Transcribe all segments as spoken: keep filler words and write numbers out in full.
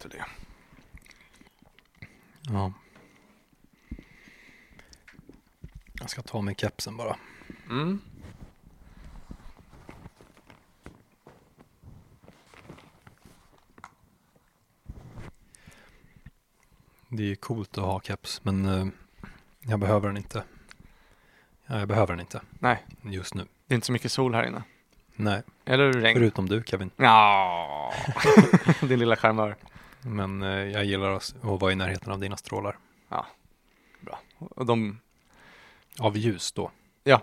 efter det. Ja. Jag ska ta med kepsen bara. Mm. Det är coolt att ha keps, men uh, jag behöver den inte. Ja, jag behöver den inte. Nej. Just nu. Det är inte så mycket sol här inne. Nej. Eller regn. Förutom du, Kevin. Ja. Din lilla charmör. Men uh, jag gillar att vara i närheten av dina strålar. Ja. Bra. Och de... Av ljus då. Ja.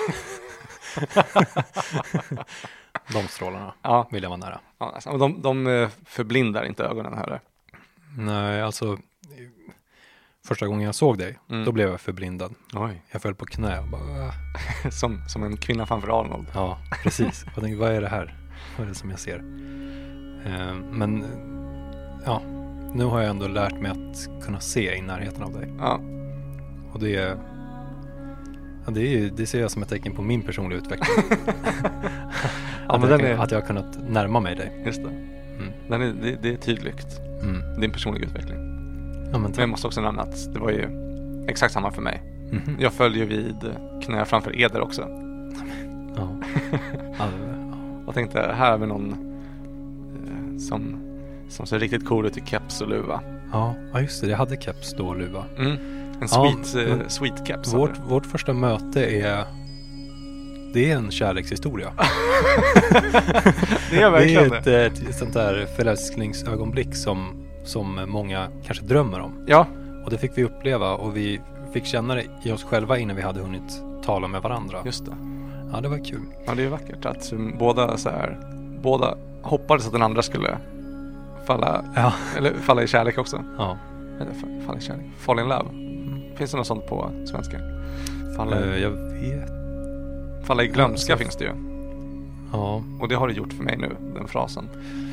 De strålarna Ja. vill jag vara nära. Ja, alltså, de, de förblindar inte ögonen heller. Nej, alltså första gången jag såg dig, Mm. då blev jag förblindad. Oj. Jag föll på knä och bara... "Åh." Som, som en kvinna framför Arnold. Ja, precis. Jag tänkte, vad är det här? Vad är det som jag ser? Eh, men ja, nu har jag ändå lärt mig att kunna se i närheten av dig. Ja. Och det är... Ja, det, är ju, det ser jag som ett tecken på min personliga utveckling. Ja, att, men jag, den är... att jag har kunnat närma mig dig. Just det. Mm. Den är, det, det är tydligt. Mm. Din personliga utveckling. Ja, men Men jag måste också nämna att det var ju exakt samma för mig. Mhm. Jag föll ju vid knä framför Eder också. Ja. Ja, det- Och tänkte, här har vi någon eh, som, som ser riktigt cool ut i keps och luva. ja, ja, just det. Jag hade keps då och luva. Mm. En Ja, sweet, eh, men sweet keps. Vårt, vårt första möte är... Det är en kärlekshistoria. Det är verkligen det. är ett, ett sånt där förälskningsögonblick som, som många kanske drömmer om. Ja, Och det fick vi uppleva och vi fick känna det i oss själva innan vi hade hunnit tala med varandra. just det. Ja, det var kul. Ja, det är vackert att um, båda så här, båda hoppades att den andra skulle falla, Ja. eller falla i kärlek också. Ja. Eller fa- falla i kärlek. Fall in love. Mm. Finns det något sånt på svenska? Falla, Eh, jag vet. falla i glömska Ja, finns det ju. Ja. Och det har det gjort för mig nu, den frasen.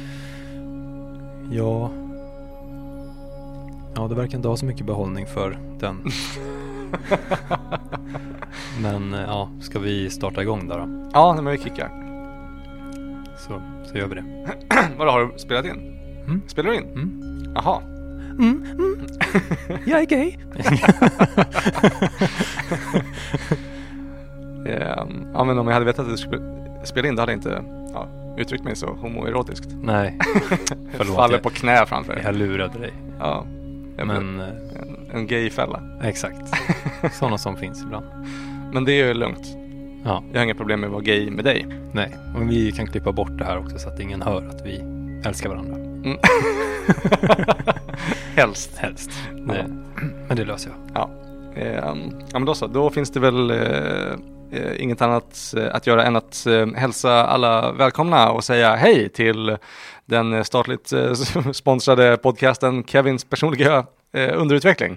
Ja. Ja, det verkar inte ha så mycket behållning för den. Men eh, ja, ska vi starta igång där då? Ja, men vi kickar. Så, så gör vi det. Vadå, har du spelat in? Mm. Spelar du in? Mm. Jaha. Mm, mm. Jag är gay. Ehm, ja, men om jag hade vetat att du skulle spela in, då hade jag inte ja, uttryckt mig så homoerotiskt. Nej, förlåt. Faller jag, på knä framför dig. jag lurade dig. Ja, jag men, Men eh, en, en gayfälla. exakt. Sådana som finns ibland. Men det är ju lugnt. Ja, Jag har inga problem med att vara gay med dig. nej. Och vi kan klippa bort det här också så att ingen hör att vi älskar varandra. Mm. Helst. Helst. Det, men det löser jag. Ja. Ehm, ja, men då så. Då finns det väl eh, eh, inget annat eh, att göra än att eh, hälsa alla välkomna och säga hej till den statligt eh, sponsrade podcasten Kevins personliga eh, underutveckling.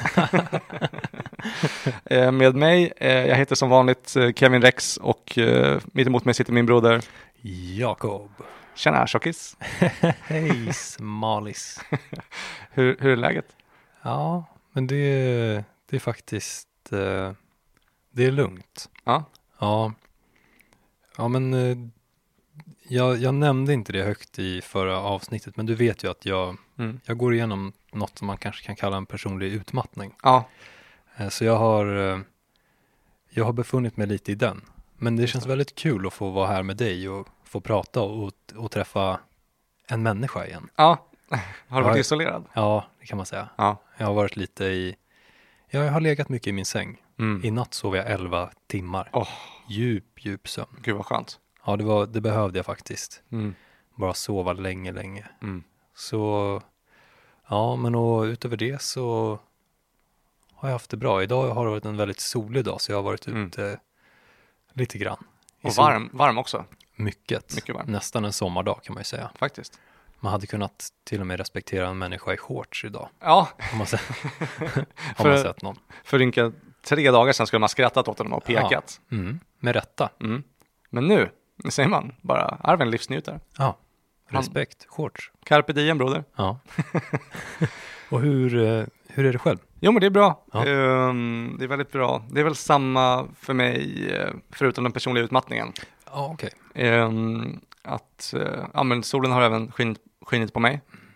eh, med mig, eh, jag heter som vanligt eh, Kevin Rex och eh, mitt emot mig sitter min broder. Jakob. Tjena, tjockis. Hej, smalis. hur, hur är läget? Ja, men det, det är faktiskt eh, det är lugnt. Ja. Ja, ja men eh, jag, jag nämnde inte det högt i förra avsnittet, men du vet ju att jag, Mm. jag går igenom något som man kanske kan kalla en personlig utmattning. Ja. Eh, så jag har, eh, jag har befunnit mig lite i den. Men det känns väldigt kul att få vara här med dig och få prata och, och träffa en människa igen. Ja. Har du varit Ja. isolerad? Ja, det kan man säga. Ja. Jag har varit lite i, jag har legat mycket i min säng. Mm. I natt sov jag elva timmar. Åh. Djup, djup sömn. Gud vad skönt. Ja, det, var, det behövde jag faktiskt. Mm. Bara sova länge, länge. Mm. Så, ja, men och utöver det så har jag haft det bra. Idag har det varit en väldigt solig dag, så jag har varit Mm. ute lite grann. I Och sol- varm, varm också, Mycket. Mycket varm. Nästan en sommardag kan man ju säga. faktiskt. Man hade kunnat till och med respektera en människa i shorts idag. Ja, Har man, sett, har För- man sett någon. för ynka tre dagar sedan skulle man skrattat åt honom och pekat. Mm, med rätta. Mm. Men nu, nu säger man bara, Arven livsnjutare. Ja, Han- respekt. Shorts. Carpe diem, broder. Ja. Och hur, eh, hur är det själv? Jo, men det är bra. Ja. Ehm, det är väldigt bra. Det är väl samma för mig, eh, förutom den personliga utmattningen. Ja, okej. Ehm, att, eh, ja men solen har även skinit, skinit på mig.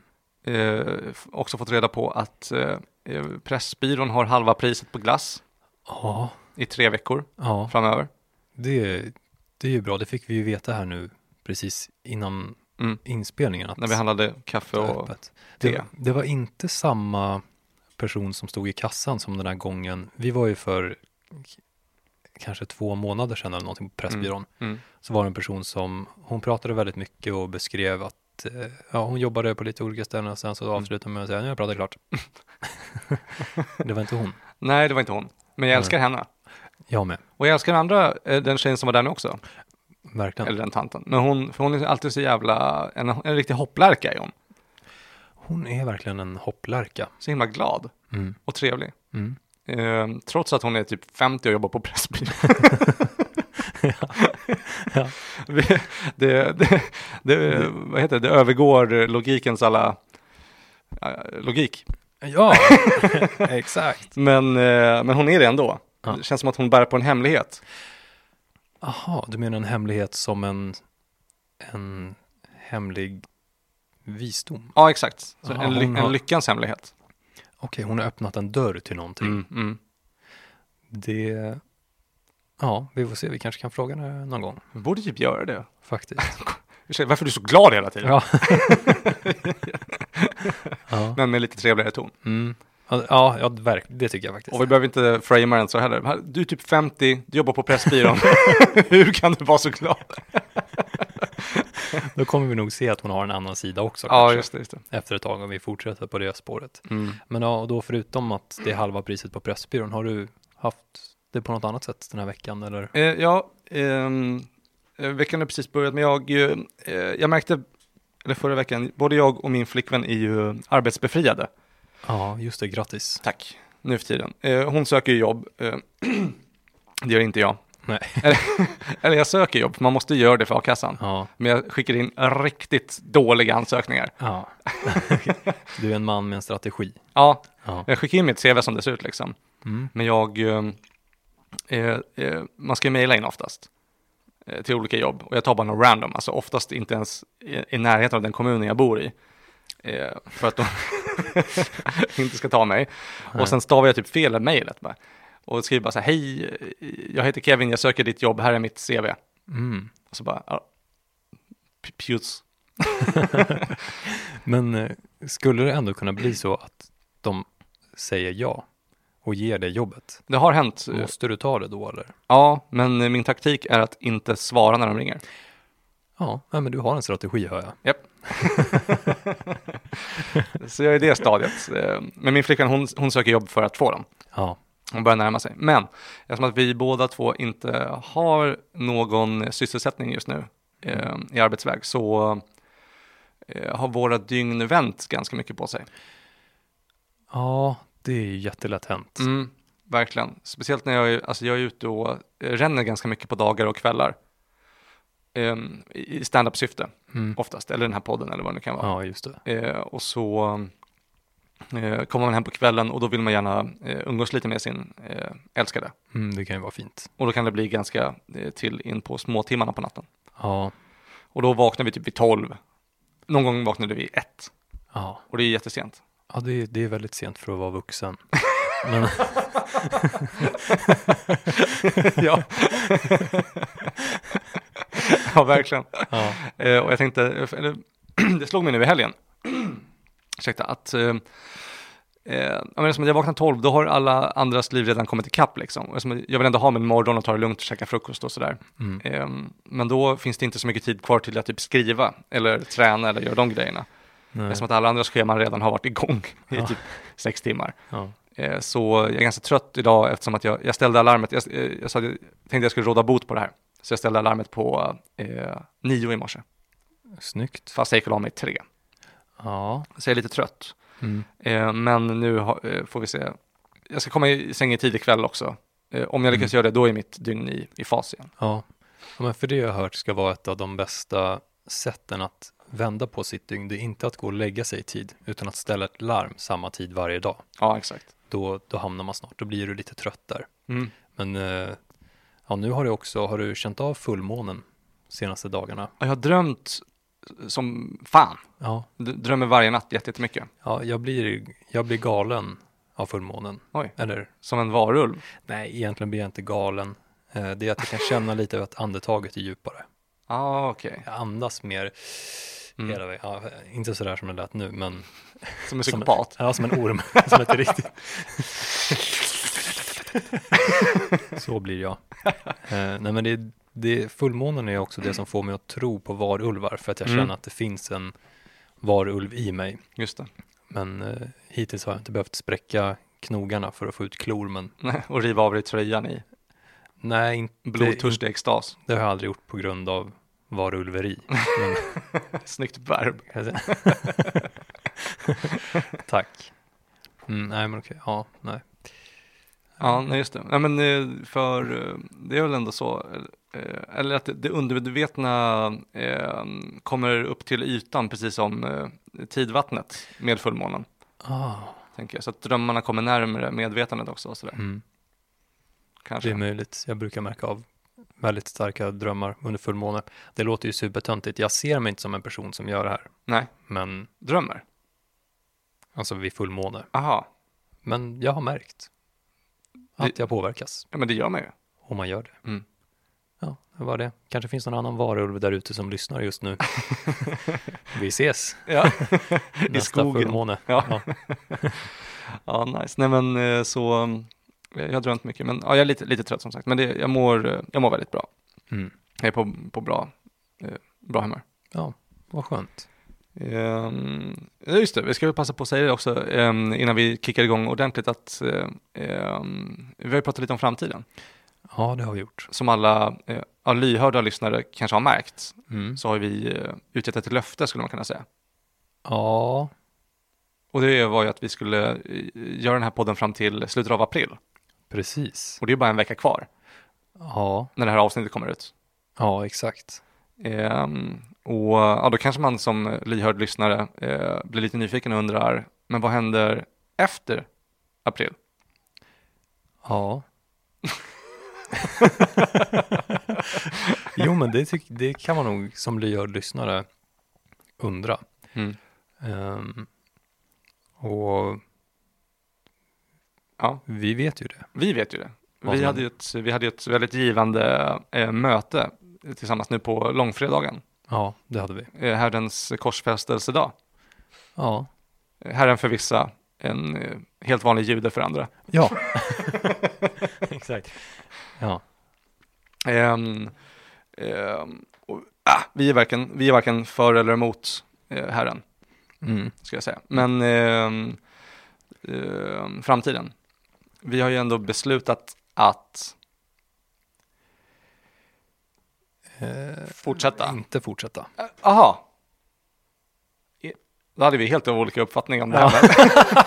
eh, också fått reda på att eh, Pressbyrån har halva priset på glass Ja, i tre veckor ja. framöver. Det, det är ju bra. Det fick vi ju veta här nu precis innan Mm. inspelningen. Att När vi handlade kaffe det är och öppet. te. Det, det var inte samma person som stod i kassan som den här gången. Vi var ju för k- kanske två månader sedan eller någonting på Pressbyrån. Mm. Så var det en person som, hon pratade väldigt mycket och beskrev att eh, ja, hon jobbade på lite olika ställen och sen så avslutade hon med att säga, nu har jag pratat klart. Det var inte hon. Nej, det var inte hon. Men jag älskar henne. Jag med, Och jag älskar den andra, eh, den tjejen som var där nu också. verkligen. Eller den tanten. Men hon, för hon är alltid så jävla, en, en riktig hopplärka är hon. Hon är verkligen en hopplärka. Så himla glad Mm. och trevlig. Mm. Eh, trots att hon är typ femtio och jobbar på Pressbyrån. Ja. det, det, det, det, vad heter det? Det övergår logikens alla äh, logik. Ja, exakt. Men, eh, men hon är det ändå. Ja. Det känns som att hon bär på en hemlighet. Aha, du menar en hemlighet som en, en hemlig visdom? Ja, exakt. Så Aha, en, ly- hon har- en lyckans hemlighet. Okej, hon har öppnat en dörr till någonting. Mm, mm. Det, ja, vi får se. Vi kanske kan fråga henne någon gång, Vi borde typ göra det. faktiskt. Ursäkta, varför är du så glad hela tiden? Ja. Ja. Men med lite trevligare ton. Mm. Ja, ja verk, det tycker jag faktiskt. Och vi behöver inte framea den så heller. Du är typ femtio, du jobbar på Pressbyrån. Hur kan du vara så glad? Då kommer vi nog se att hon har en annan sida också. Ja, kanske, just det. Just det. efter ett tag om vi fortsätter på det spåret. Mm. Men ja, och då förutom att det är halva priset på Pressbyrån, har du haft det på något annat sätt den här veckan? Eller? Eh, ja, ehm, eh, veckan har precis börjat, men jag, eh, jag märkte, eller förra veckan, både jag och min flickvän är ju arbetsbefriade. Ja, just det. Grattis. Tack, nu för tiden. Eh, hon söker ju jobb, eh, det gör inte jag. Nej. Eller, eller jag söker jobb, för man måste göra det för a-kassan. Ja, Men jag skickar in riktigt dåliga ansökningar. ja. Du är en man med en strategi. Ja, Ja. jag skickar in mitt C V som det ser ut liksom. Mm. Men jag, eh, eh, eh, man ska ju mejla in oftast eh, till olika jobb. Och jag tar bara någon random, alltså oftast inte ens i, i närheten av den kommunen jag bor i. Eh, för att de inte ska ta mig. Nej. Och sen stavar jag typ fel i mejlet bara. Och skriver bara så här, hej, jag heter Kevin, jag söker ditt jobb, här är mitt C V. Mm. Och så bara, ja, p- pjuts. Men eh, skulle det ändå kunna bli så att de säger ja och ger dig jobbet? Det har hänt. eh, Måste du ta det då eller? Ja, men min taktik är att inte svara när de ringer. Ja, nej, men du har en strategi hör jag. Japp. Så jag är i det stadiet. Eh, Men min flickan, hon, hon söker jobb för att få dem. Ja, Hon börjar närma sig. Men eftersom att vi båda två inte har någon sysselsättning just nu eh, i arbetsväg, så eh, har våra dygn vänt ganska mycket på sig. ja det är ju jättelätt hänt. Mm, verkligen. Speciellt när jag är, alltså jag är ute och eh, ränner ganska mycket på dagar och kvällar. Eh, I stand-up-syfte Mm. oftast. Eller den här podden eller vad det nu kan vara. Ja, just det. Eh, och så eh, kommer man hem på kvällen och då vill man gärna eh, umgås lite med sin eh, älskade. Mm, det kan ju vara fint. Och då kan det bli ganska eh, till in på småtimmarna på natten. Ja, Och då vaknar vi typ vid tolv. Någon gång vaknade vi vid ett. ja. Och det är jättesent. Ja, det är, det är väldigt sent för att vara vuxen. Men, ja. Ja, verkligen. ja. Eh, och jag tänkte, eller, det slog mig nu i helgen. Ursäkta, att eh, eh, jag menar, som jag vaknar tolv, då har alla andras liv redan kommit ikapp liksom. Och som jag vill ändå ha min morgon och ta det lugnt och käka frukost och sådär. Mm. Eh, men då finns det inte så mycket tid kvar till att typ skriva eller träna eller göra de grejerna. Det är Nej. som att alla andras scheman redan har varit igång i Ja. typ sex timmar. Ja. Eh, så jag är ganska trött idag eftersom att jag, jag ställde alarmet. Jag, eh, jag, sa, jag tänkte jag skulle råda bot på det här. Så jag ställde alarmet på eh, nio i morse. Snyggt. Fast jag gick och la mig tre. Ja. Så jag är lite trött. Mm. Eh, men nu ha, eh, får vi se. Jag ska komma i säng i tid ikväll också. Eh, om jag lyckas Mm. göra det, då är mitt dygn i, i fas igen. Ja. Ja, men för det jag har hört ska vara ett av de bästa sätten att vända på sitt dygn. Det är inte att gå och lägga sig i tid, utan att ställa ett larm samma tid varje dag. Ja, exakt. Då, då hamnar man snart, då blir du lite trött där. Mm. Men eh, ja, nu har du också, har du känt av fullmånen senaste dagarna? Jag har drömt som fan. Ja. Du drömmer varje natt jättemycket. Ja, jag blir, jag blir galen av fullmånen. Oj. Eller, Som en varulv. nej, egentligen blir jag inte galen. Eh, det är att jag kan känna lite att andetaget är djupare. Ja, ah, okej. Okay. Jag andas mer Mm. hela vägen. Ja, inte sådär som det lät nu, men Som en som, psykopat. ja, som en orm. Som ett riktigt. Så blir jag. Eh, nej, men det, det, fullmånen är också det som får mig att tro på varulvar. För att jag Mm. känner att det finns en varulv i mig. Just det. Men eh, hittills har jag inte behövt spräcka knogarna för att få ut klor. Men Och riva av dig tröjan i nej, inte, blodtörstig extas. det har jag aldrig gjort på grund av varulveri. Men, Snyggt verb. tack. Mm, nej, men okej. Ja, nej. Ja, nej just det. Ja, men eh, för eh, det är väl ändå så, eh, eller att det, det undermedvetna eh, kommer upp till ytan precis som eh, tidvattnet med fullmånen, Ah, tänker jag. Så att drömmarna kommer närmare medvetandet också och sådär. mm. Kanske. Det är möjligt. Jag brukar märka av väldigt starka drömmar under fullmåne. Det låter ju supertöntigt. Jag ser mig inte som en person som gör det här. Nej, Men drömmer. alltså vid fullmåne. Aha, Men jag har märkt att Det- jag påverkas ja men det gör man ju. om man gör det. Mm. Ja, det var det. Kanske finns någon annan varulv där ute som lyssnar just nu. Vi ses Ja, i nästa skogen. fullmåne. Ja. Ja. Ja, nice. Nej men eh, så, eh, jag har drömt mycket, men ja, jag är lite, lite trött som sagt. Men det, jag, mår, eh, jag mår väldigt bra. Mm. Jag är på, på bra, eh, bra humör. Ja, vad skönt. Um, just det, vi ska väl passa på att säga det också um, innan vi kickar igång ordentligt att uh, um, vi har ju pratat lite om framtiden. Ja, det har vi gjort. Som alla uh, ja, lyhörda lyssnare kanske har märkt, Mm. så har vi uh, utgett ett löfte skulle man kunna säga. Ja, Och det var ju att vi skulle uh, göra den här podden fram till slutet av april. precis. Och det är bara en vecka kvar Ja, när det här avsnittet kommer ut. ja, exakt. Um, och ja, då kanske man som lyhörd lyssnare uh, blir lite nyfiken och undrar, men vad händer efter april? Ja. Jo, men det, tyck, det kan man nog som lyhörd lyssnare undra. Mm. Ehm, och Ja. vi vet ju det. Vi vet ju det. Vad Vi som hade ju ett, vi hade ju ett väldigt givande eh, möte tillsammans nu på långfredagen. Ja, det hade vi. Eh, Herrens korsfästelsedag. Ja. Eh, Herren för vissa, en eh, helt vanlig jude för andra. Ja. Exakt. Ja. Ehm, ehm, och, ah, vi, är varken, vi är varken för eller emot eh, Herren, Mm. ska jag säga. Men ehm, ehm, framtiden. Vi har ju ändå beslutat att Eh, fortsätta. Inte fortsätta. Eh, Aha. I- Då hade vi helt olika uppfattningar om det Ja. här.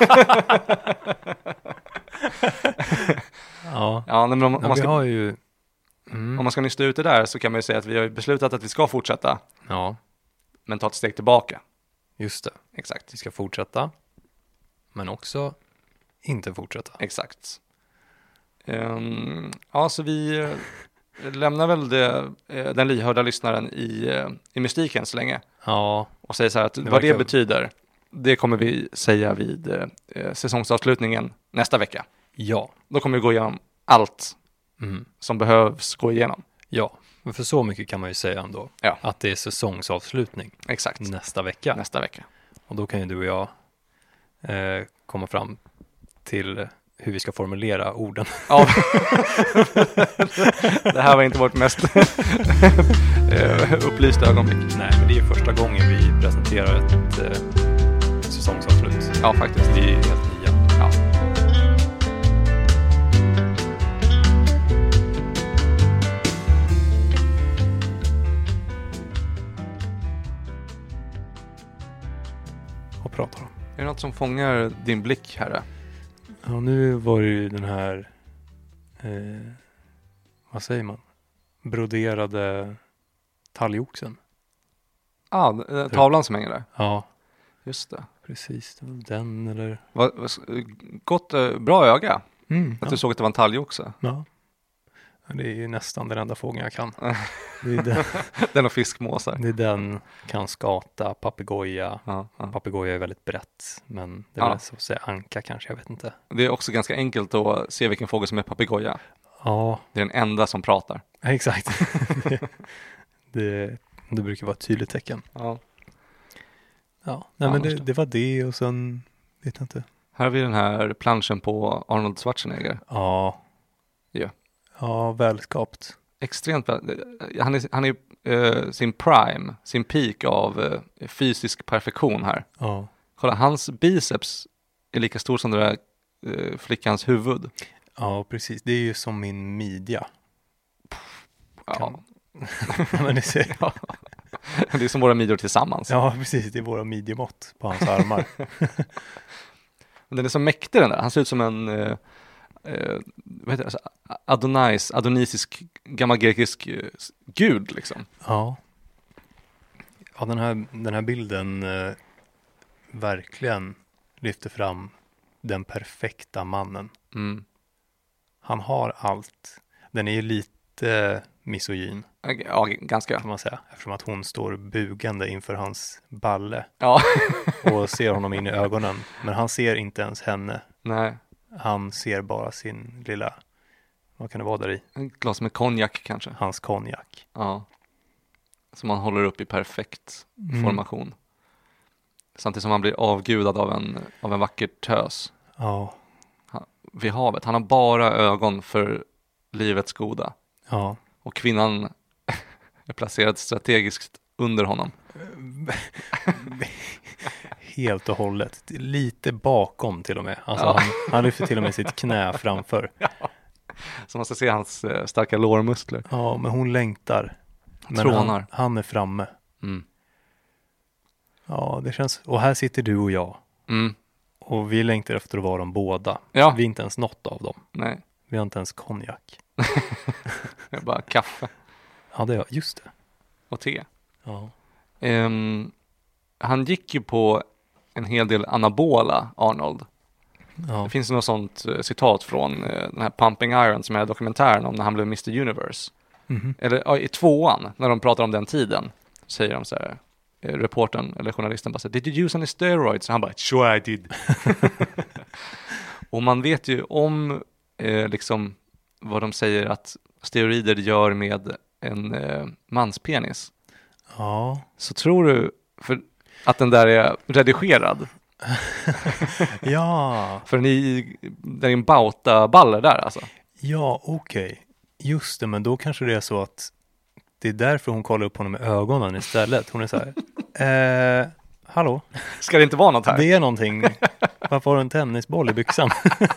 Ja. Ja, men om, om, Ja, man vi ska, har ju... Mm. om man ska nysta ut det där så kan man ju säga att vi har beslutat att vi ska fortsätta, Ja, men ta ett steg tillbaka. just det. Exakt, Vi ska fortsätta, men också inte fortsätta. exakt. Ehm, ja, så vi eh, lämnar väl det, eh, den lyhörda lyssnaren i, eh, i mystiken så länge. Ja, Och säger så här att Det vad det verkar- betyder, det kommer vi säga vid eh, säsongsavslutningen nästa vecka. ja. Då kommer vi gå igenom allt Mm. som behövs gå igenom. Ja, men för så mycket kan man ju säga ändå. Ja. Att det är säsongsavslutning Exakt, nästa vecka. nästa vecka. Och då kan ju du och jag eh, komma fram till hur vi ska formulera orden. Ja. Det här var inte vårt mest eh, upplysta ögonblick. Nej, men det är första gången vi presenterar ett eh, säsongsavslut. Ja, faktiskt. Vi är helt nya. Ja. Vad pratar om? Är det något som fångar din blick, herre? Ja, nu var det ju den här, eh, vad säger man, broderade talgoxen. Ja, ah, tavlan som hänger där. Ja, Just det. precis. Det var den eller... Vad, vad, gott, eh, bra öga. Mm, Att ja. du såg att det var en talgoxe. Ja. Det är ju nästan den enda fågeln jag kan. Det är den, Den och fiskmåsar. det är den kan skata, papegoja. Ja, ja. Papegoja är väldigt brett, men det är Ja. väl så att säga anka kanske, jag vet inte. Det är också ganska enkelt att se vilken fågel som är papegoja. Ja, Det är den enda som pratar. exakt. det, det, det brukar vara ett tydligt tecken. Ja. Ja, nej men Annars det, då? det var det och sen, vet jag inte. Här har vi den här planschen på Arnold Schwarzenegger. Ja. Ja. Ja, välskapt. Extremt väl. Han är, han är eh, sin prime, sin peak av eh, fysisk perfektion här. Ja. Kolla, hans biceps är lika stor som den där eh, flickans huvud. Ja, precis. Det är ju som min midja. Ja. Kan- men det ser, ja. Det är som våra midjor tillsammans. ja, precis. Det är våra midjemått på hans armar. Men den är så mäktig den där. Han ser ut som en eh, eh, vad heter det? Alltså, Adonis, adonisisk, gammal grekisk eh, gud liksom. Ja. Ja, den här, den här bilden eh, verkligen lyfter fram den perfekta mannen. Mm. Han har allt. Den är ju lite misogyn, Ja, ganska. kan man säga. Eftersom att hon står bugande inför hans balle Ja, och ser honom in i ögonen. Men han ser inte ens henne. nej. Han ser bara sin lilla, vad kan det vara där i? Ett glas med konjak kanske. Hans konjak. Ja. Som man håller upp i perfekt Mm. formation. Samtidigt som han blir avgudad av en, av en vacker tös Ja, vid havet. Han har bara ögon för livets goda. ja. Och kvinnan är placerad strategiskt under honom. Helt och hållet. Lite bakom till och med. Alltså Ja. han, han lyfter till och med sitt knä framför. Så man ska se hans eh, starka lårmuskler. Ja, men hon längtar. Men Trånar. han, han är framme. Mm. Ja, det känns. Och här sitter du och jag. Mm. Och vi längtar efter att vara de båda. Ja. Vi är inte ens något av dem. Nej, Vi har inte ens konjak. det är bara kaffe Ja, det är just det. och te. Ja. Ehm, han gick ju på en hel del anabola, Arnold. Ja. Det finns något sånt eh, citat från eh, den här Pumping Iron som är dokumentären om när han blev mister Universe. Mhm. Eller ja, i tvåan, när de pratar om den tiden, säger de så här, eh, reportern eller journalisten bara så här, did you use any steroids? Och han bara, sure I did. Och man vet ju om eh, liksom vad de säger att steroider gör med en eh, manspenis. Ja. Så tror du för att den där är redigerad? Ja. För den är, den är en bauta-baller där alltså. Ja, okej. Just det, men då kanske det är så att det är därför hon kollar upp honom med ögonen istället. Hon är så här, eh, hallå, Ska det inte vara något här? det är någonting. Varför har du en tennisboll i byxan?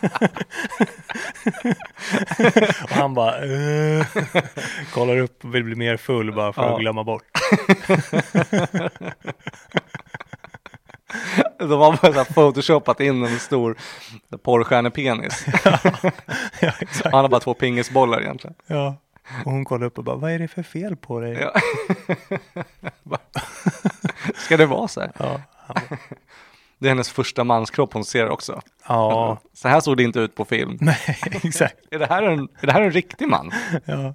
Och han bara, eh, kollar upp och vill bli mer full bara för Ja. att glömma bort. De har bara så här photoshopat in en stor porrstjärnepenis. Ja, exakt. Han har bara två pingisbollar egentligen. Ja. Och hon kollar upp och bara, vad är det för fel på dig? Ja. Bara, ska det vara så här? Ja. Det är hennes första manskropp hon ser också. Ja. Så här såg det inte ut på film. Nej, exakt. Är det här en, är det här en riktig man? Ja.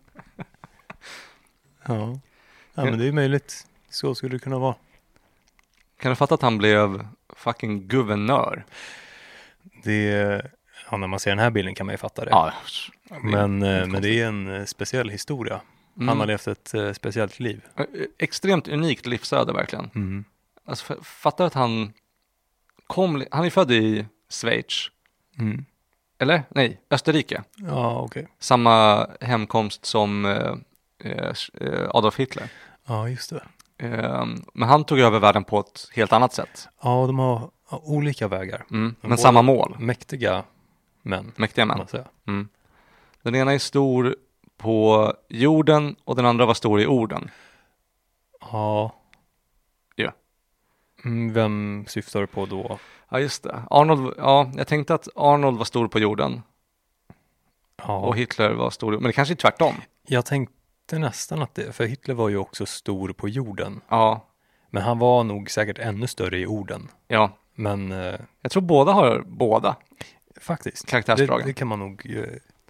Ja. Ja, men det är möjligt. Så skulle det kunna vara. Kan du fatta att han blev fucking guvernör? Det, ja, när man ser den här bilden kan man ju fatta det. Ja. men, eh, men det är en eh, speciell historia. Mm. Han har levt ett eh, speciellt liv. Extremt unikt livsöde verkligen. Mm. Alltså f- fattar att han kom, han är född i Schweiz. Mm. Eller? Nej, Österrike. Ja, okej. Samma hemkomst som eh, eh, Adolf Hitler. Ja, just det. Eh, men han tog över världen på ett helt annat sätt. Ja, de har ja, olika vägar. Mm. Men båda- samma mål. Mäktiga män, Mäktiga kan män. man säga. Mm. Den ena är stor på jorden och den andra var stor i orden. Ja. Ja. Mm, vem syftar du på då? Ja, just det. Arnold, ja, jag tänkte att Arnold var stor på jorden Ja. och Hitler var stor, men det kanske är tvärtom. Jag tänkte nästan att det, för Hitler var ju också stor på jorden. Ja, Men han var nog säkert ännu större i orden. ja. Men eh, Jag tror båda har båda. faktiskt, det, Karaktärsdragen. det kan man nog eh,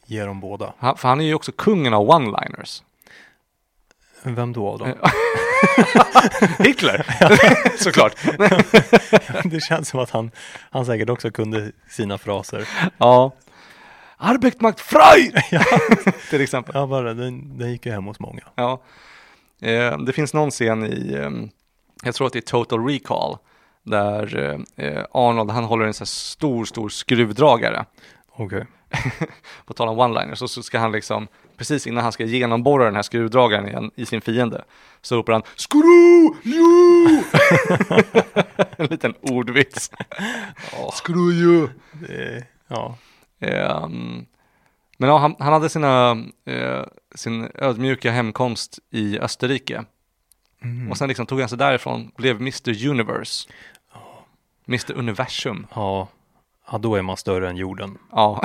ge dem båda. Han, för han är ju också kungen av one-liners. Vem då av dem? Hitler, såklart. Det känns som att han, han säkert också kunde sina fraser. Ja. Arbeit macht frei! Till exempel. Ja, bara, den, den gick ju hem hos många. Ja. Eh, det finns någon scen i, eh, jag tror att det är Total Recall, där eh, Arnold, han håller en så här stor, stor skruvdragare. Okej. Okay. På tal om one-liners, så, så ska han liksom, precis innan han ska genomborra den här skruvdragaren igen i sin fiende, så ropar han Skru! Jo! En liten ordvits. Oh. Skru! Jo! Det, ja. Um, men ja, han, han hade sina, uh, sin ödmjuka hemkomst i Österrike. Mm. Och sen liksom tog han sig därifrån, blev mister Universe. Oh. mister Universum. Ja. Ja, då är man större än jorden. Ja.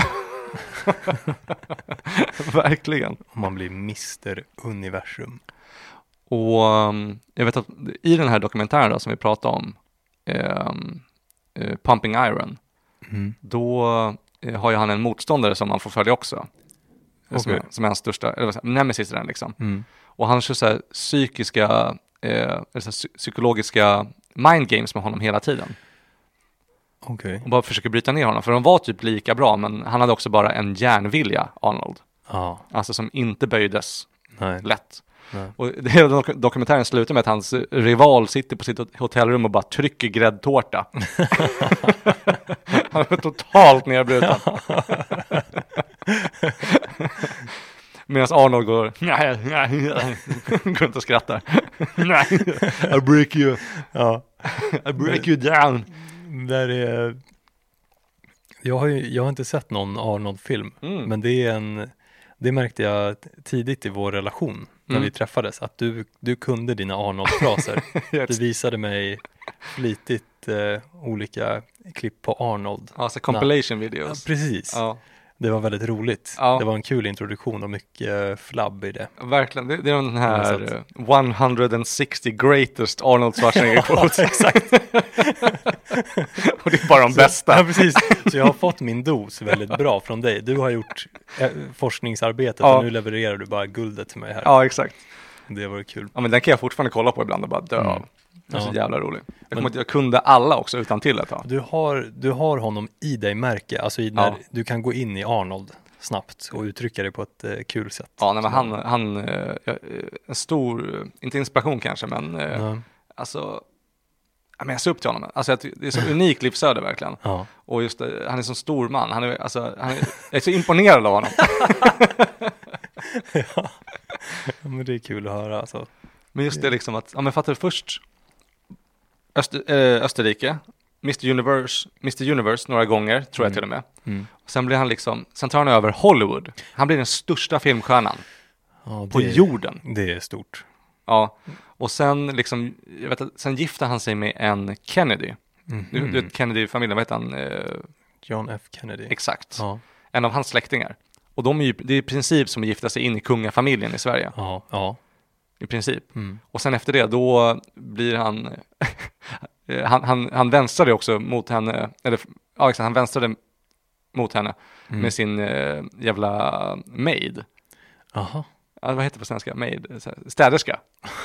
Verkligen. Om man blir mister Universum. Och um, jag vet att i den här dokumentären då, som vi pratade om, um, uh, Pumping Iron, mm. då uh, har ju han en motståndare som man får följa också. Okay. Som, är, som är hans största, eller vad säger, nemesis den liksom. Mm. Och han kör så här psykiska, uh, eller så här, psykologiska mind games med honom hela tiden. Okay. Och bara försöker bryta ner honom. För de var typ lika bra, men han hade också bara en järnvilja, Arnold. Ah. Alltså som inte böjdes. Nej. Lätt. Nej. Och det, dok- dokumentären slutar med att hans rival sitter på sitt hotellrum och bara trycker gräddtårta. Han är totalt nedbruten. Medan Arnold går nej, nej, nej. Går inte och skrattar. Nej, I break you. Ja. I break you down. Där är, jag har ju, jag har inte sett någon Arnold-film, mm. men det är en, det märkte jag tidigt i vår relation när mm. vi träffades, att du, du kunde dina Arnold-fraser. Du visade mig flitigt eh, olika klipp på Arnold. Alltså compilation videos. Ja, precis. Ja. Det var väldigt roligt. Ja. Det var en kul introduktion och mycket flabb i det. Verkligen, det, det är den här etthundrasextio greatest Arnold Schwarzenegger quotes. Exakt. Och det är bara de så, bästa. Ja, precis. Så jag har fått min dos väldigt bra från dig. Du har gjort eh, forskningsarbetet ja. Och nu levererar du bara guldet till mig här. Ja, exakt. Det var kul. Ja, men den kan jag fortfarande kolla på ibland och bara dö av. Mm. Det är ja. Så jävla roligt. Jag kommer att jag kunde alla också utan till ett tag. Du har, du har honom i dig märke. Alltså i när ja. Du kan gå in i Arnold snabbt och uttrycka det på ett eh, kul sätt. Ja, nej, men han, han eh, en stor, inte inspiration kanske, men eh, mm. alltså, men jag ser upp till honom. Alltså det är så unik livsöde verkligen. Ja. Och just det, han är så stor man. Han är, alltså, han är, jag är så imponerad av honom. Ja. Ja, men det är kul att höra alltså. Men just det liksom att, ja men fattar du först Öster, äh, Österrike, mister Universe, mister Universe några gånger, tror jag mm. till och med. Mm. Sen blir han liksom, sen tar han över Hollywood. Han blir den största filmstjärnan ja, på är, jorden. Det är stort. Ja, och sen liksom, jag vet att, sen gifter han sig med en Kennedy. Mm. Du, du vet Kennedy-familjen, vad heter han? Eh, John F. Kennedy. Exakt. Ja. En av hans släktingar. Och de är ju, det är i princip som att gifta sig in i kungafamiljen i Sverige. Ja, ja. I princip. Mm. Och sen efter det, då blir han... han, han, han vänstrade också mot henne. Eller, ja, exakt, han vänstrade mot henne mm. med sin äh, jävla maid. Aha. Ja, vad heter det på svenska? Maid? Städerska.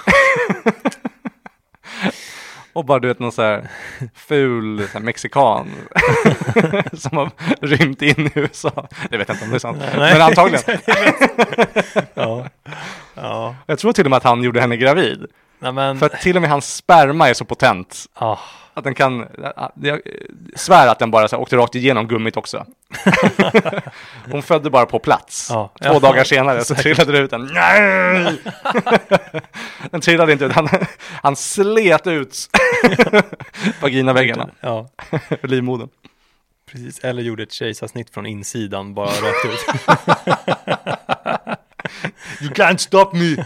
Och bara du vet någon så här ful så här, mexikan som har rymt in i U S A. Det vet jag inte om det är sant. Nej, men antagligen. Ja. Ja. Jag tror till och med att han gjorde henne gravid. Nej, men... För att till och med hans sperma är så potent. Oh. Att den kan, jag svär att den bara så här, åkte rakt igenom gummit också. Hon födde bara på plats. Oh. Två ja. dagar senare så trillade det ut en. Nej! Den trillade inte ut. Han, han slet ut vaginaväggarna. Ja. Livmodern. Precis, eller gjorde ett kejsarsnitt från insidan bara rakt ut. You can't stop me.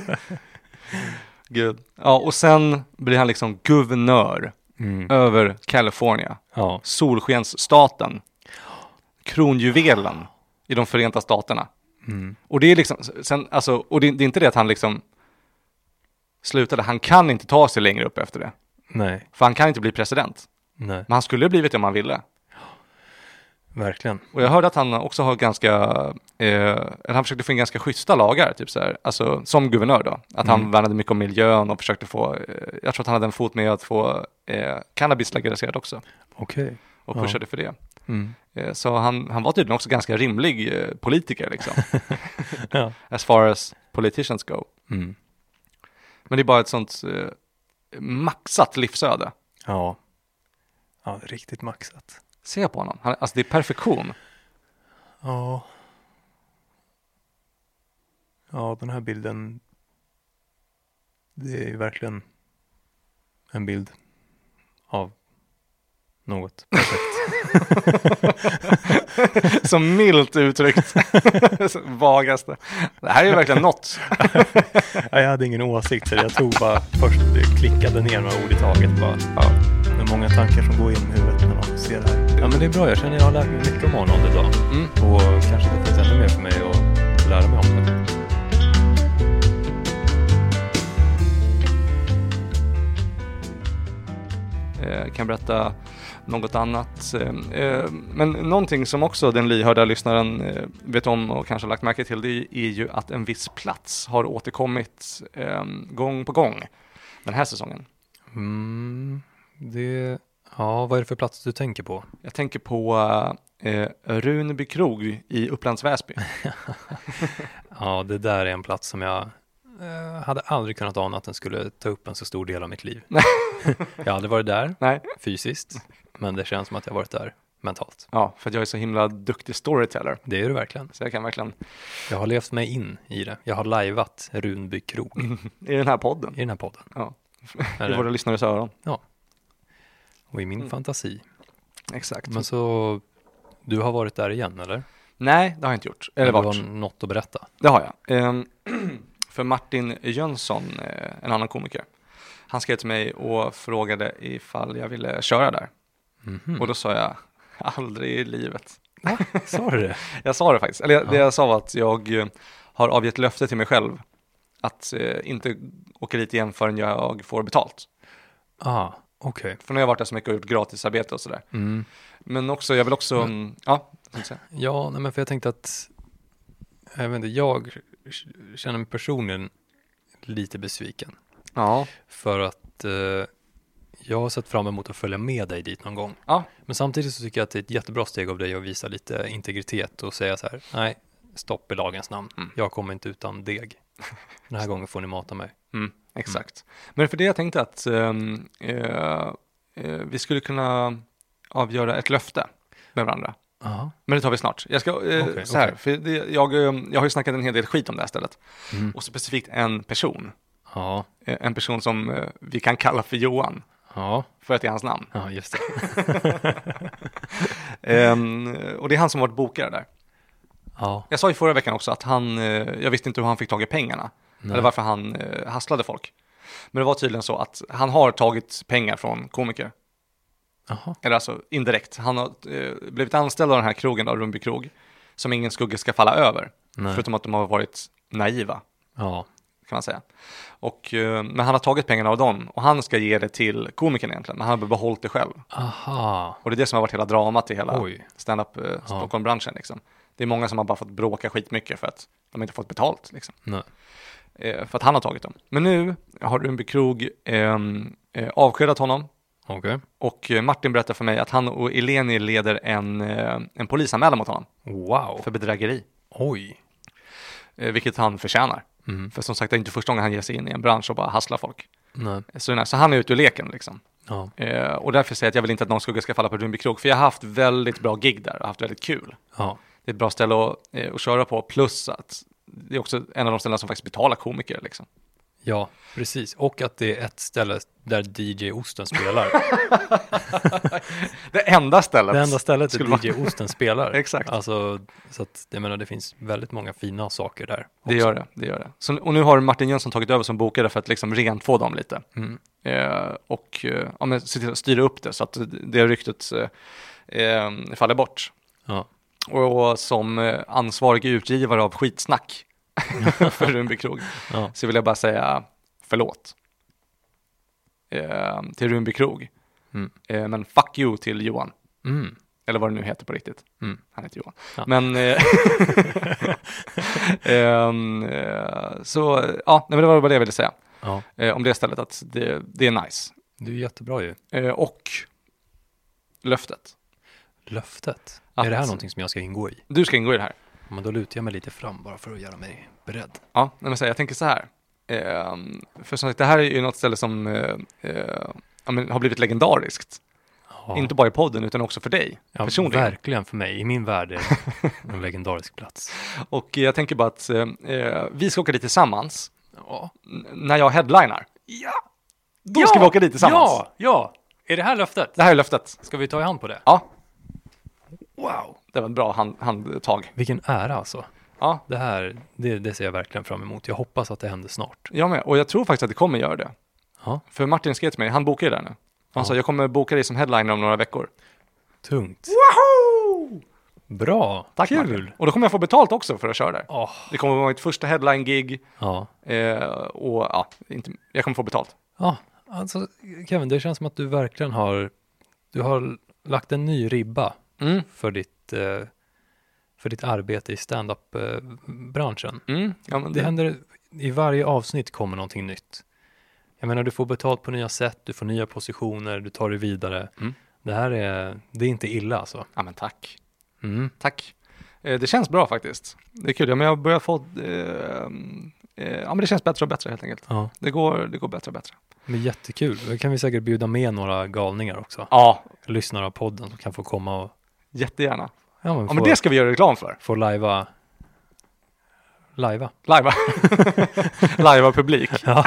Gud. Ja, och sen blir han liksom guvernör mm. över California. Ja. Solskensstaten. Kronjuvelen i de Förenta Staterna. Mm. Och det är liksom sen, alltså, och det, det är inte det att han liksom slutade. Han kan inte ta sig längre upp efter det. Nej. För han kan inte bli president. Nej. Men han skulle ha blivit det om han ville. verkligen. Och jag hörde att han också har ganska, eh, han försökte få in ganska schyssta lagar, typ så här, alltså som guvernör då. Att mm. han värnade mycket om miljön och försökte få, eh, jag tror att han hade en fot med att få eh, cannabis legaliserat också. Okej. Okay. Och pushade ja. för det. Mm. Eh, så han, han var tydligen också ganska rimlig eh, politiker liksom. ja. As far as politicians go. Mm. Men det är bara ett sånt eh, maxat livsöde. Ja. Ja, riktigt maxat. Se på honom. Han, alltså det är perfektion. Ja. Ja, den här bilden. Det är ju verkligen en bild av något perfekt. Så milt uttryckt. Vagaste. Det här är ju verkligen något. Ja, jag hade ingen åsikt så jag tog bara först klickade ner några ord i taget. Bara, ja. Det är många tankar som går genom huvudet när man ser det här. Ja, men det är bra. Jag känner att jag har lärt mig mycket om Arnold idag. Mm. Och kanske det finns ännu mer för mig att lära mig om det. Jag kan berätta något annat. Men någonting som också den lyhörda lyssnaren vet om och kanske lagt märke till, det är ju att en viss plats har återkommit gång på gång den här säsongen. Mm, det, ja, vad är det för plats du tänker på? Jag tänker på eh, Runby krog i Upplands Väsby. Ja, det där är en plats som jag eh, hade aldrig kunnat ana att den skulle ta upp en så stor del av mitt liv. Jag har aldrig varit där Nej. fysiskt, men det känns som att jag varit där mentalt. Ja, för att jag är så himla duktig storyteller. Det är du verkligen. Så jag kan verkligen... Jag har levt mig in i det. Jag har lajvat Runby krog. I den här podden? I den här podden. Ja. I våra lyssnares öron. Ja. Och i min mm. fantasi. Exakt. Men så, du har varit där igen, eller? Nej, det har jag inte gjort. Eller du har något att berätta. Det har jag. Ehm, för Martin Jönsson, en annan komiker, han skrev till mig och frågade ifall jag ville köra där. Mm-hmm. Och då sa jag, aldrig i livet. Ja, sa du det? Jag sa det faktiskt. Eller ja. det jag sa var att jag har avgett löfte till mig själv att eh, inte åka dit igen förrän jag får betalt. Ah, okej. Okay. För nu har jag varit där så mycket och gjort gratisarbete och sådär. Mm. Men också, jag vill också, mm. ja. Ja, nej, men för jag tänkte att, jag vet inte, jag känner mig personligen lite besviken. Ja. För att eh, jag har sett fram emot att följa med dig dit någon gång. Ja. Men samtidigt så tycker jag att det är ett jättebra steg av dig att visa lite integritet och säga så här, nej, stopp i lagens namn. Mm. Jag kommer inte utan deg. Den här gången får ni mata mig. Mm, exakt. Mm. Men för det jag tänkte att um, uh, uh, vi skulle kunna avgöra ett löfte med varandra. Uh-huh. Men det tar vi snart. Jag ska, uh, okay, så här, okay. för det, jag, uh, jag har ju snackat en hel del skit om det här stället. Mm. Och specifikt en person. Ja. Uh, en person som uh, vi kan kalla för Johan. Ja. För att det är hans namn. Ja, just det. um, och det är han som varit bokare där. Ja. Jag sa i förra veckan också att han, jag visste inte hur han fick tag i pengarna. Nej. Eller varför han eh, hasslade folk. Men det var tydligen så att han har tagit pengar från komiker. Aha. Eller alltså indirekt. Han har eh, blivit anställd av den här krogen, av Runby krog, som ingen skugga ska falla över. Nej. Förutom att de har varit naiva. Ja. Kan man säga. Och, eh, men han har tagit pengarna av dem och han ska ge det till komikern egentligen. Men han har behållit det själv. Aha. Och det är det som har varit hela dramat i hela Oj. stand-up eh, Stockholm-branschen liksom. Det är många som har bara fått bråka skitmycket för att de inte fått betalt. Liksom. Nej. Eh, för att han har tagit dem. Men nu har Runby krog eh, eh, avskedat honom. Okay. Och eh, Martin berättar för mig att han och Eleni leder en, eh, en polisanmälan mot honom. Wow. För bedrägeri. Oj. Eh, vilket han förtjänar. Mm. För som sagt, det är inte första gången han ger sig in i en bransch och bara hasslar folk. Nej. Så, så han är ute ur leken liksom. Ja. Eh, och därför säger jag att jag vill inte att någon skugga ska falla på Runby krog. För jag har haft väldigt bra gig där och haft väldigt kul. Ja. Det är ett bra ställe att, eh, att köra på. Plus att det är också en av de ställen som faktiskt betalar komiker. Liksom. Ja, precis. Och att det är ett ställe där D J Osten spelar. Det enda stället. Det enda stället där D J Osten spelar. Exakt. Alltså, så att, jag menar, det finns väldigt många fina saker där. Också. Det gör det, det gör det. Så, och nu har Martin Jönsson tagit över som bokare för att liksom rent få dem lite. Mm. Eh, och eh, ja, men, se till att styra upp det så att det ryktet eh, eh, faller bort. Ja. Och, och som eh, ansvarig utgivare av skitsnack för Runby krog ja. så vill jag bara säga förlåt eh, till Runby krog. Mm. Eh, men fuck you till Johan. Mm. Eller vad det nu heter på riktigt. Mm. Han heter Johan. Ja. Men um, uh, så ja, nej, men det var bara det jag ville säga. Ja. Uh, om det stället att det, det är nice. Det är jättebra ju. Uh, och löftet. Löftet. Att, är det här någonting som jag ska ingå i? Du ska ingå i det här. Men då lutar jag mig lite fram bara för att göra mig beredd. Ja, nej, men så här, jag tänker så här. Uh, för som sagt, det här är ju något ställe som uh, uh, ja, men, har blivit legendariskt. Ja. Inte bara i podden utan också för dig Ja, personligen. Verkligen för mig. I min värld är det en legendarisk plats. Och jag tänker bara att uh, vi ska åka dit tillsammans. Ja. N- när jag headlinar. Ja! Då ja! ska vi åka dit tillsammans. Ja! Ja! Är det här löftet? Det här är löftet. Ska vi ta i hand på det? Ja. Wow! Det var ett bra hand, handtag. Vilken ära alltså. Ja, Det här, det, det ser jag verkligen fram emot. Jag hoppas att det händer snart. jag med. Och jag tror faktiskt att det kommer göra det. Ja. För Martin skrev till mig, han bokar ju där nu. Han Ja. sa, jag kommer boka dig som headliner om några veckor. Tungt. Woohoo! Bra! Tack Kul! Martin. Och då kommer jag få betalt också för att köra där. Åh, Det kommer vara mitt första headline-gig. ja. Eh, och ja, inte, jag kommer få betalt. Ja, alltså Kevin, det känns som att du verkligen har, du har lagt en ny ribba Mm. för ditt, eh, för ditt arbete i stand-up-branschen. Mm. Ja, men Det det, händer, i varje avsnitt kommer någonting nytt. Jag menar, du får betalt på nya sätt, du får nya positioner, du tar det vidare. Mm. Det här är, det är inte illa alltså. ja, men tack. Mm. Tack. Eh, det känns bra faktiskt. Det är kul. Ja, men jag börjar få... Eh, eh, ja, men det känns bättre och bättre helt enkelt. Ja, Det går, det går bättre och bättre. men jättekul. Då kan vi säkert bjuda med några galningar också. Ja, Lyssnare av podden som kan få komma och jättegärna. ja, men Ja, få, men det ska vi göra reklam för. få lajva. Lajva. Lajva. Lajva publik. Ja.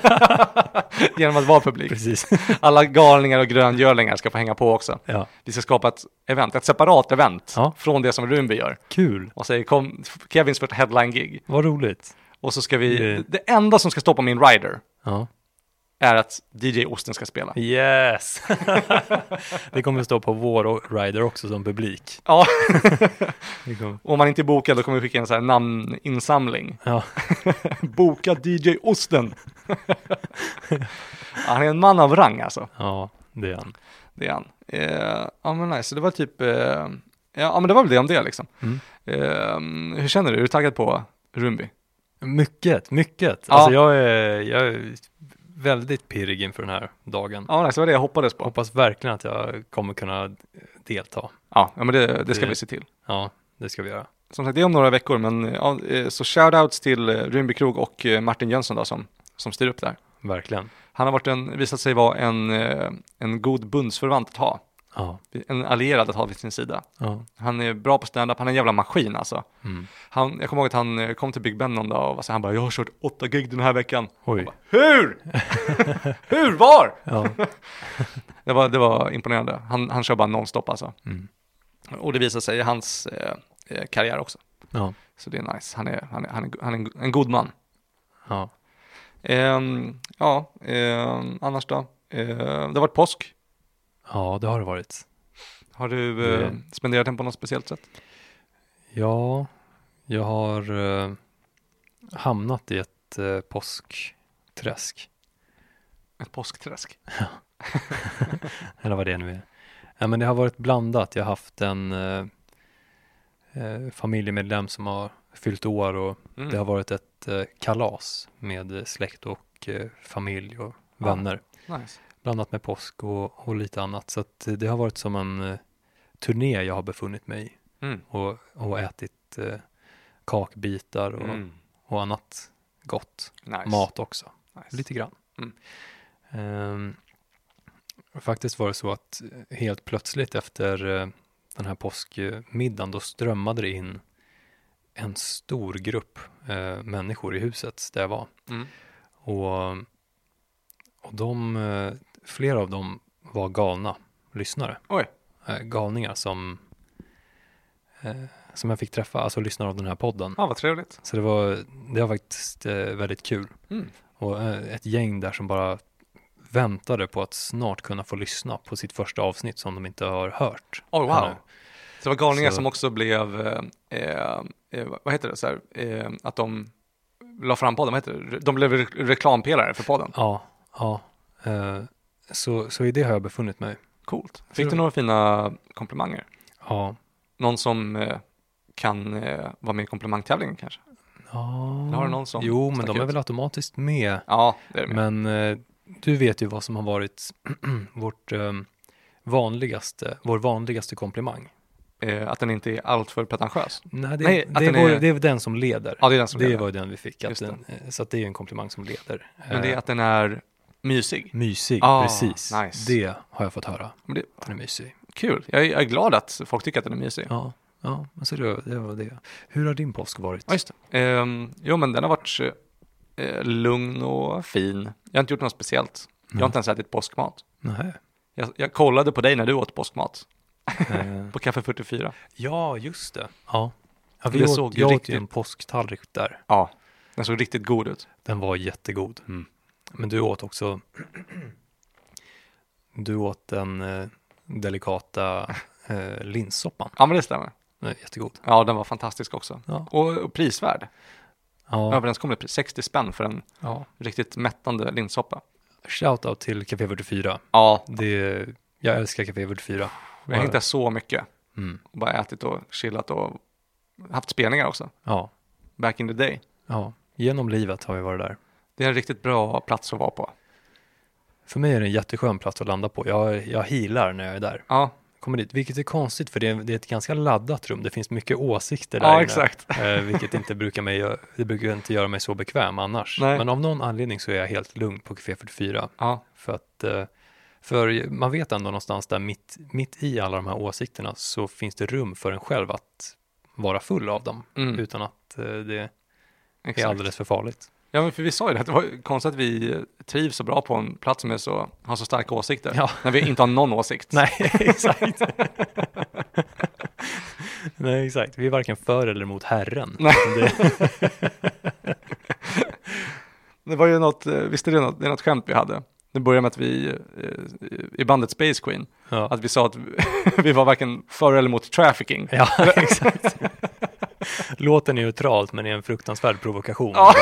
Genom att vara publik. Precis. Alla galningar och gröngörlingar ska få hänga på också. Ja, Vi ska skapa ett event, ett separat event Ja. från det som Runby gör. kul. Och säger kom Kevins första headline-gig. Vad roligt. Och så ska vi, Det- det enda som ska stå på min rider Ja. är att D J Osten ska spela. Yes! Det kommer stå på vår rider också som publik. Ja, Det kommer, om man inte är bokad då kommer vi skicka en sån här namninsamling. ja, Boka D J Osten! Ja, han är en man av rang alltså. ja, det är han. Det är han. Eh, ja men nice, så det var typ, eh, ja men det var väl det om det liksom. Mm. Eh, hur känner du? Är du taggad på Runby? Mycket, mycket. Ja. Alltså jag är, jag är väldigt pirrig inför den här dagen. Ja, nice, det var det jag hoppades på. Hoppas verkligen att jag kommer kunna delta. Ja, ja men det, det ska Det- vi se till. Ja, det ska vi göra. Som sagt, det är om några veckor, men ja, eh, så shoutouts till eh, Runby Krog och eh, Martin Jönsson då, som, som styr upp där. Verkligen. Han har varit en, visat sig vara en, eh, en god bundsförvant att ha. Ja, En allierad att ha vid sin sida. ja. Han är bra på stand-up, han är en jävla maskin alltså. Mm. Han, jag kommer ihåg att han eh, kom till Big Ben någon dag och var så här, han bara, jag har kört åtta gig den här veckan. Oj. Hur? Hur? Var? Ja. Det var, det var imponerande. Han, han kör bara nonstop alltså. Mm. Och det visar sig i hans eh, eh, karriär också. Ja. Så det är nice. Han är, han är, han är, han är en, en god man. Ja. Ehm, ja, ehm, annars då? Ehm, det har varit påsk. Ja, det har det varit. Har du eh, Det- spenderat den på något speciellt sätt? Ja, jag har eh, hamnat i ett eh, påskträsk. Ett påskträsk? Eller vad det nu är. Ja, men det har varit blandat. Jag har haft en eh, eh, familjemedlem som har fyllt år och Mm. det har varit ett eh, kalas med eh, släkt och eh, familj och Ja. vänner. Nice. Blandat med påsk och, och lite annat. Så att det har varit som en eh, turné jag har befunnit mig i. Mm. Och, och ätit eh, kakbitar och, Mm. och annat gott. Nice. Mat också. Nice. Lite grann. Mm. Ehm, faktiskt var det så att eh, helt plötsligt efter eh, den här påskmiddagen då strömmade det in en stor grupp eh, människor i huset där jag var. Mm. Och, och de, eh, flera av dem var galna lyssnare. Oj. Eh, galningar som, eh, som jag fick träffa, alltså lyssnare av den här podden. Ja, vad trevligt. Så det var, det var faktiskt eh, väldigt kul. Mm. Och eh, ett gäng där som bara väntade på att snart kunna få lyssna på sitt första avsnitt som de inte har hört. Oh, wow. ännu. Så det var galningar Så- som också blev, eh, eh, eh, vad heter det, så här, eh, att de la fram podden, vad heter det? De blev re- reklampelare för podden. Ja, ja. Eh, så, så i det har jag befunnit mig. Coolt. Fick du några fina komplimanger? Ja. Någon som eh, kan eh, vara med i komplimangtävlingen kanske? Ja. Har du någon som Jo, men stack de är ut? väl automatiskt med. Ja, det är det med. Men eh, du vet ju vad som har varit vårt eh, vanligaste, vår vanligaste komplimang. Eh, att den inte är alltför pretentiös. Nej, det, Nej, att det, den är vår, är- det är den som leder. Ja, det är den som det leder. var ju den vi fick. Att Just den, eh, så att det är en komplimang som leder. Men det är Eh, att den är mysig. mysig, Ah, precis. nice. Det har jag fått höra. Men det, Den är mysig. kul. Jag är, jag är glad att folk tycker att den är mysig. Ja, ja, men så det, det var det. Hur har din påsk varit? Ja, just det. Ehm, jo, men den har varit eh, lugn och fin. Jag har inte gjort något speciellt. Jag har inte ens ätit påskmat. Nej. Jag, jag kollade på dig när du åt påskmat. Eh, På Café fyrtiofyra. ja, just det. Ja. Ja, Det vi såg åt, ju jag åt riktigt- ju en påsktallrik där. Ja, den såg riktigt god ut. Den var jättegod. Mm. Men du åt också du åt den eh, delikata eh, linssoppan. Ja, men det stämmer. Den är jättegod. Ja, den var fantastisk också. Ja. Och, och prisvärd. Ja, Överenskomligt pris. sextio spänn för en ja. riktigt mättande linssoppa. Shoutout till Café fyrtiofyra. Ja, Det, jag älskar Café fyrtiofyra. jag har hängt där så mycket. Mm. Och bara ätit och chillat och haft spelningar också. Ja, Back in the day. ja. Genom livet har vi varit där. Det är en riktigt bra plats att vara på. För mig är det en jätteskön plats att landa på. Jag, jag healar när jag är där. Ja, Kommer dit, vilket är konstigt för det är, det är ett ganska laddat rum. Det finns mycket åsikter där ja inne. exakt. Eh, vilket inte brukar, mig, gö- det brukar inte göra mig så bekväm annars. Nej. Men av någon anledning så är jag helt lugn på Café fyrtiofyra. Ja, För att eh, för man vet ändå någonstans där mitt, mitt i alla de här åsikterna så finns det rum för en själv att vara full av dem. mm, Utan att eh, det är exakt. alldeles för farligt. Ja, men för vi sa ju det, att det var ju konstigt att vi trivs så bra på en plats som är så, har så starka åsikter. Ja. När vi inte har någon åsikt. Nej, exakt. Nej, exakt. Vi är varken för eller emot Herren. Nej. Det, Det var ju något, eh, visst är det något, det är något skämt vi hade. Det började med att vi, eh, i bandet Space Queen, ja. att vi sa att vi var varken för eller emot trafficking. Ja, exakt. Låter neutralt men är en fruktansvärd provokation. Ja.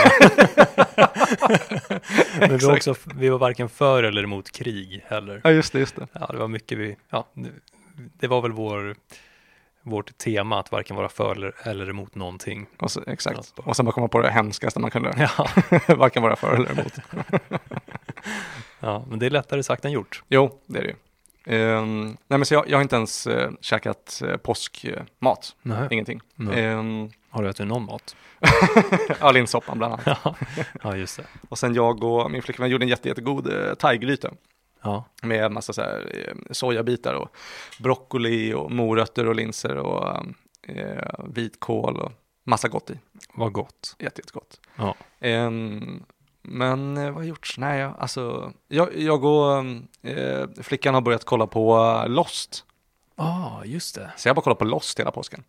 Men vi var, Exakt. också, vi var varken för eller emot krig heller. Ja, just det, just det. Ja, det var mycket vi, ja, det, det var väl vår, vårt tema att varken vara för eller, eller emot någonting. Och så, exakt. Ja. Och sen bara komma på det hemskaste man kunde. Ja, Varken vara för eller emot. ja, men det är lättare sagt än gjort. Jo, det är det ju. Um, nej, men så jag, jag har inte ens uh, käkat uh, påskmat. Nej. Ingenting. Nej. Um, Har du ätit någon mat? ja, linssoppan bland annat. Ja, ja just det. Och sen jag och min flickvän gjorde en jätte, jättegod uh, thaigryta. Ja, Med massa så här, eh, sojabitar och broccoli och morötter och linser och eh, vitkål och massa gott i. vad gott. Jätte, jättegott. Ja. Ehm, men eh, vad har jag gjort? Nej, jag- alltså, jag, jag och eh, flickan har börjat kolla på eh, Lost. Ja, ah, just det. Så jag har bara kollat på Lost hela påsken.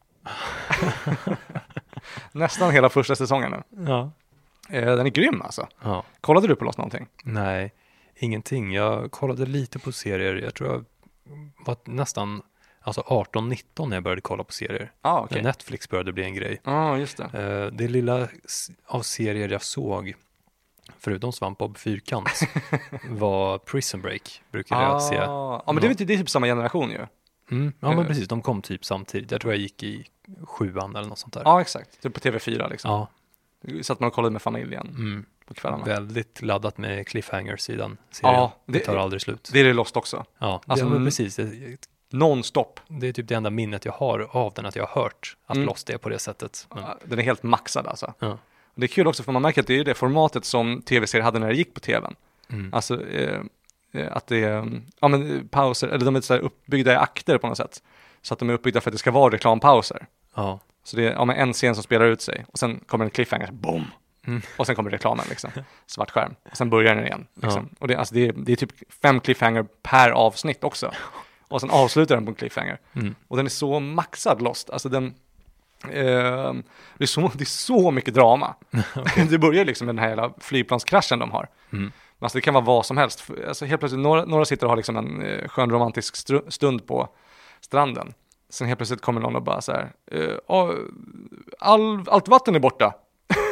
Nästan hela första säsongen nu. Ja. Eh, den är grym alltså. Ja. Kollade du på Lost någonting? Nej, ingenting. Jag kollade lite på serier. Jag tror jag var nästan alltså arton nitton när jag började kolla på serier. Ja, ah, När okej. Netflix började bli en grej. Ja, ah, just det. Eh, det lilla s- av serier jag såg, förutom Svampbob Fyrkant, var Prison Break, brukade jag se. Ah, ja, men det är, det är typ samma generation ju. Mm, ja, men Eh. precis. De kom typ samtidigt. Jag tror jag gick i sjuan eller något sånt där. Ja, exakt. Typ på T V fyra liksom. Ja, Så att man kollade med familjen mm. på kvällarna. Väldigt laddat med cliffhangers i den serien. Ja, det, det- tar aldrig slut. Det är det Lost också. Ja, alltså, det, men mm. precis. Det, Non-stop. det är typ det enda minnet jag har av den, att jag har hört att Mm. Lost är på det sättet. Men, Den är helt maxad alltså. ja. Det är kul också för man märker att det är det formatet som tv-serier hade när det gick på tvn. Mm. Alltså eh, eh, att det är ja, men, eh, pauser, eller de är så här uppbyggda i akter på något sätt. Så att de är uppbyggda för att det ska vara reklampauser. Ja. Så det är ja, men en scen som spelar ut sig och sen kommer en cliffhanger, boom! Mm. Och sen kommer reklamen liksom, svart skärm. Och sen börjar den igen. Liksom. Och det, alltså, det, är, det är typ fem cliffhanger per avsnitt också. Och sen avslutar den på en cliffhanger. Mm. Och den är så maxad Lost. Alltså den, eh, det, är så, det är så mycket drama. Det börjar liksom med den här hela flygplanskraschen de har. Mm. Men alltså det kan vara vad som helst. Alltså helt plötsligt, några, några sitter och har liksom en eh, skön romantisk stru- stund på stranden. Sen helt plötsligt kommer någon och bara så här, eh, "Ah, all, allt vatten är borta.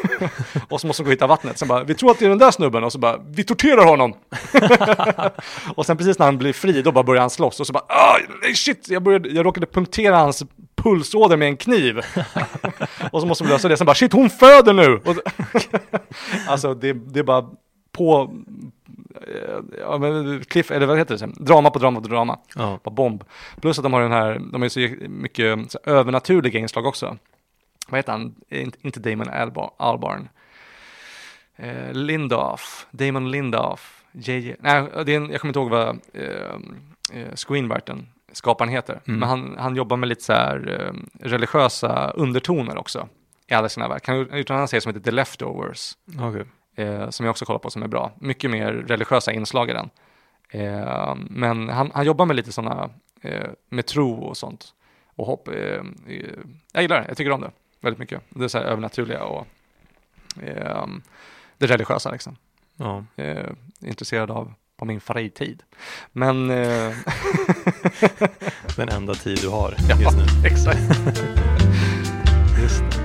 Och så måste de gå och hitta vattnet. Sen bara, vi tror att det är den där snubben. Och så bara, vi torterar honom. Och sen precis när han blir fri, då bara börjar han slåss. Och så bara, ah, nej shit, jag, började, jag råkade punktera hans pulsåder med en kniv. Och så måste de lösa det. Sen bara, shit, hon föder nu. Och alltså, det, det är bara på... Ja, men cliff, eller vad heter det? Drama på drama på drama. Ja. På bomb. Plus att de har den här, de är så mycket så övernaturliga inslag också. Vad heter han? Inte Damon Albarn. Albarn. Eh, Lindoff. Damon Lindoff. J J. Nej, det är en, jag kommer inte ihåg vad eh, screenwritern, skaparen heter. Mm. Men han, han jobbar med lite så här eh, religiösa undertoner också i alla sina verk. Han har gjort en annan serie som heter The Leftovers. Okej. Okay. Eh, som jag också kollar på som är bra. Mycket mer religiösa inslag i den. Eh, men han, han jobbar med lite sådana eh, med tro och sånt. Och hopp. Eh, eh, jag gillar det, jag tycker om det väldigt mycket. Det är så här övernaturliga och eh, det religiösa liksom. Ja. Eh, intresserad av på min fritid. Men... Eh, den enda tid du har ja, just nu. Exakt. Just det.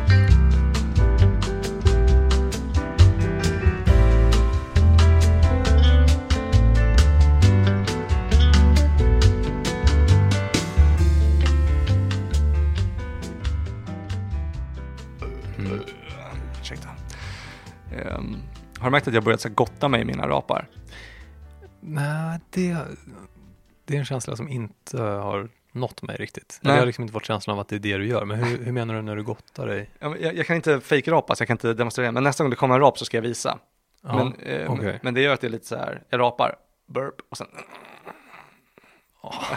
Um, har du märkt att jag börjat så gotta mig i mina rapar? Nej, det, det är en känsla som inte har nått mig riktigt. Nej. Jag har liksom inte fått känslan av att det är det du gör. Men hur, hur menar du när du gottar dig? Jag, jag kan inte fake-rapa, så jag kan inte demonstrera. Men nästa gång det kommer en rap så ska jag visa. Ja, men, eh, okay. men det gör att det är lite så här, jag rapar, burp och sen... Oh.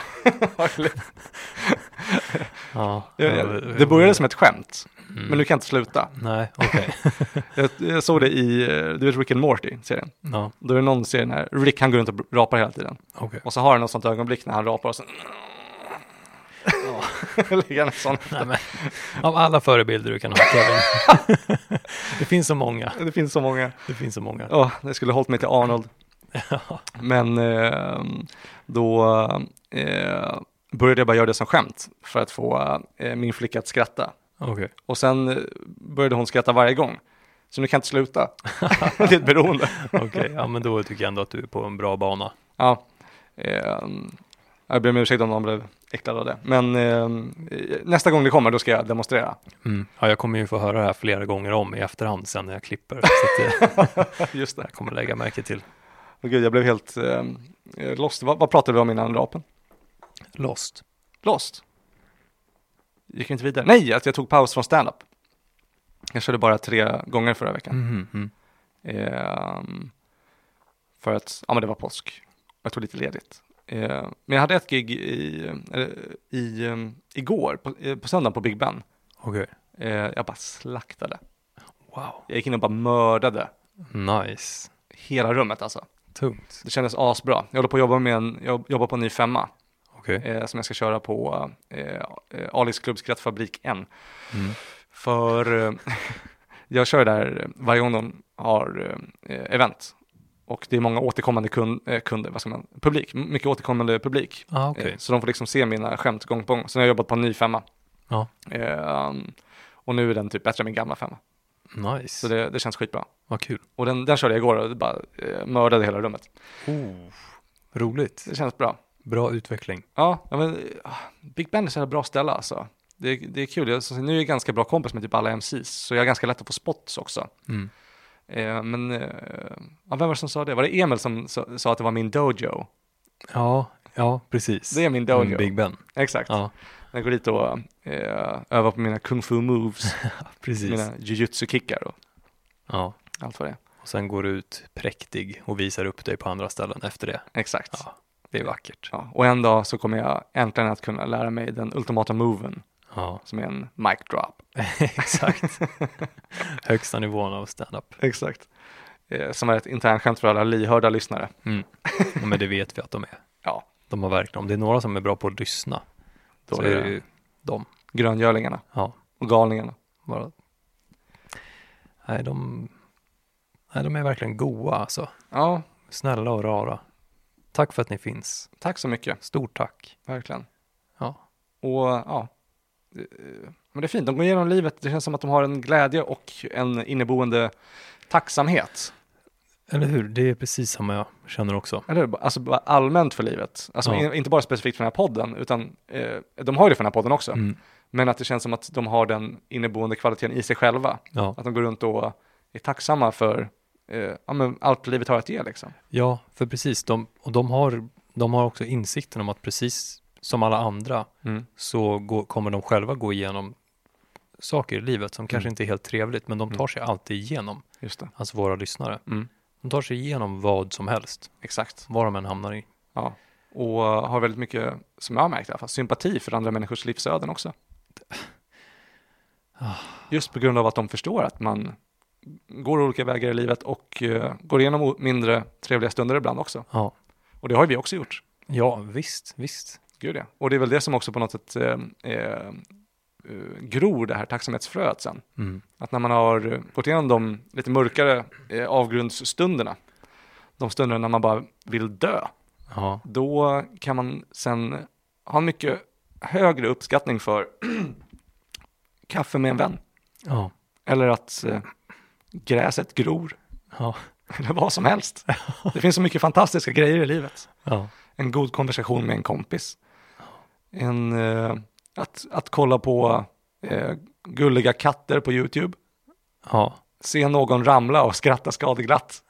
ja, jag, det började som ett skämt. Mm. Men nu kan jag inte sluta. Nej, okej. Okay. jag, jag såg det i, du vet Rick and Morty-serien. Ja. Då är det någon serie när Rick, han går runt och rapar hela tiden. Okay. Och så har han något sånt ögonblick när han rapar och sen... Ja. sån. Nej, men, av alla förebilder du kan ha, Kevin. Det finns så många. Det finns så många. Det finns så många. Ja, det skulle ha hållit mig till Arnold. Ja. Men eh, då eh, började jag bara göra det som skämt för att få eh, min flicka att skratta. Okay. Och sen började hon skratta varje gång. Så nu kan jag inte sluta. Det är ett beroende. Okej, okay, ja men då tycker jag ändå att du är på en bra bana. Ja. Eh, jag ber om ursäkt om någon blev äcklad av det. Men eh, nästa gång det kommer, då ska jag demonstrera. Mm. Ja, jag kommer ju få höra det här flera gånger om i efterhand sen när jag klipper. Så att, just det. Jag kommer lägga märke till. Oh, Gud, jag blev helt eh, lost. Vad, vad pratade vi om innan rapen? Lost. Lost? Gick inte vidare. Nej, att jag tog paus från stand-up. Jag körde bara tre gånger förra veckan. Mm, mm. Eh, för att, ja men det var påsk. Jag tog lite ledigt. Eh, men jag hade ett gig i, eh, i, um, igår, på, eh, på söndagen på Big Ben. Okej. Okay. Eh, jag bara slaktade. Wow. Jag gick in och bara mördade. Nice. Hela rummet alltså. Tungt. Det kändes asbra. Jag håller på att jobba med en, jag jobbar på en ny femma. Okay. Eh, som jag ska köra på eh, Alis Klubb Skrattfabrik en. Mm. För eh, jag kör där varje gång de har eh, event. Och det är många återkommande kund, eh, kunder, vad ska man, publik. Mycket återkommande publik. Ah, okay. eh, så de får liksom se mina skämt gång på gång. Så jag har jobbat på en ny femma. Ja. Eh, och nu är den typ bättre än min gamla femma. Nice. Så det, det känns skitbra. Vad kul. Och den, den körde jag igår och bara eh, mördade hela rummet. Oh, roligt. Det känns bra. Bra utveckling. Ja, men Big Ben är så här bra ställe alltså. Det, det är kul. Jag, så, nu är jag ganska bra kompis med typ alla M Cs. Så jag är ganska lätt att få spots också. Mm. Eh, men, eh, ja, vem var det som sa det? Var det Emil som sa, sa att det var min dojo? Ja, ja precis. Det är min dojo. Mm, Big Ben. Exakt. Ja. Jag går dit och eh, övar på mina kung fu moves. Precis. Mina jujutsu-kickar och ja. allt vad det är. Och sen går du ut präktig och visar upp dig på andra ställen efter det. Exakt. Ja, det är vackert. Ja. Och en dag så kommer jag äntligen att kunna lära mig den ultimata moven. Ja. Som är en mic drop. Exakt. Högsta nivån av stand-up. Exakt. Eh, som är ett internskämt för alla lyhörda lyssnare. Mm. Ja, men det vet vi att de är. Ja. De har verkligen, om det är några som är bra på att lyssna, då så är det ju de. Gröngölingarna. Ja. Och galningarna. Bara. Nej, de, nej, de är verkligen goa alltså. Ja. Snälla och rara. Tack för att ni finns. Tack så mycket. Stort tack. Verkligen. Ja. Och ja. Men det är fint, de går igenom livet, det känns som att de har en glädje och en inneboende tacksamhet. Eller hur, det är precis samma jag känner också. Eller hur? Alltså bara allmänt för livet. Alltså Ja. in, inte bara specifikt för den här podden, utan eh, de har ju det för den här podden också. Mm. Men att det känns som att de har den inneboende kvaliteten i sig själva. Ja. Att de går runt och är tacksamma för eh, ja, men allt livet har att ge liksom. Ja, för precis, de, och de har, de har också insikten om att precis som alla andra Mm. så går, kommer de själva gå igenom saker i livet som kanske Mm. inte är helt trevligt, men de tar Mm. sig alltid igenom, Just det. alltså våra lyssnare. Mm. De tar sig igenom vad som helst, Exakt. var de än hamnar i. Ja. Och uh, har väldigt mycket, som jag har märkt i alla fall, sympati för andra människors livsöden också. Ah. Just på grund av att de förstår att man går olika vägar i livet och uh, går igenom o- mindre trevliga stunder ibland också. Ja. Och det har ju vi också gjort. Ja, visst, visst. Gud ja. Och det är väl det som också på något sätt eh, eh, gror det här tacksamhetsfröet sen. Mm. Att när man har eh, gått igenom de lite mörkare eh, avgrundsstunderna, de stunderna när man bara vill dö, Ja. då kan man sen ha en mycket högre uppskattning för kaffe med en vän. Ja. Eller att eh, gräset gror. Ja. Eller vad som helst. Det finns så mycket fantastiska grejer i livet. Ja. En god konversation med en kompis. En, eh, att, att kolla på eh, gulliga katter på YouTube. Ja. Se någon ramla och skratta skadeglatt.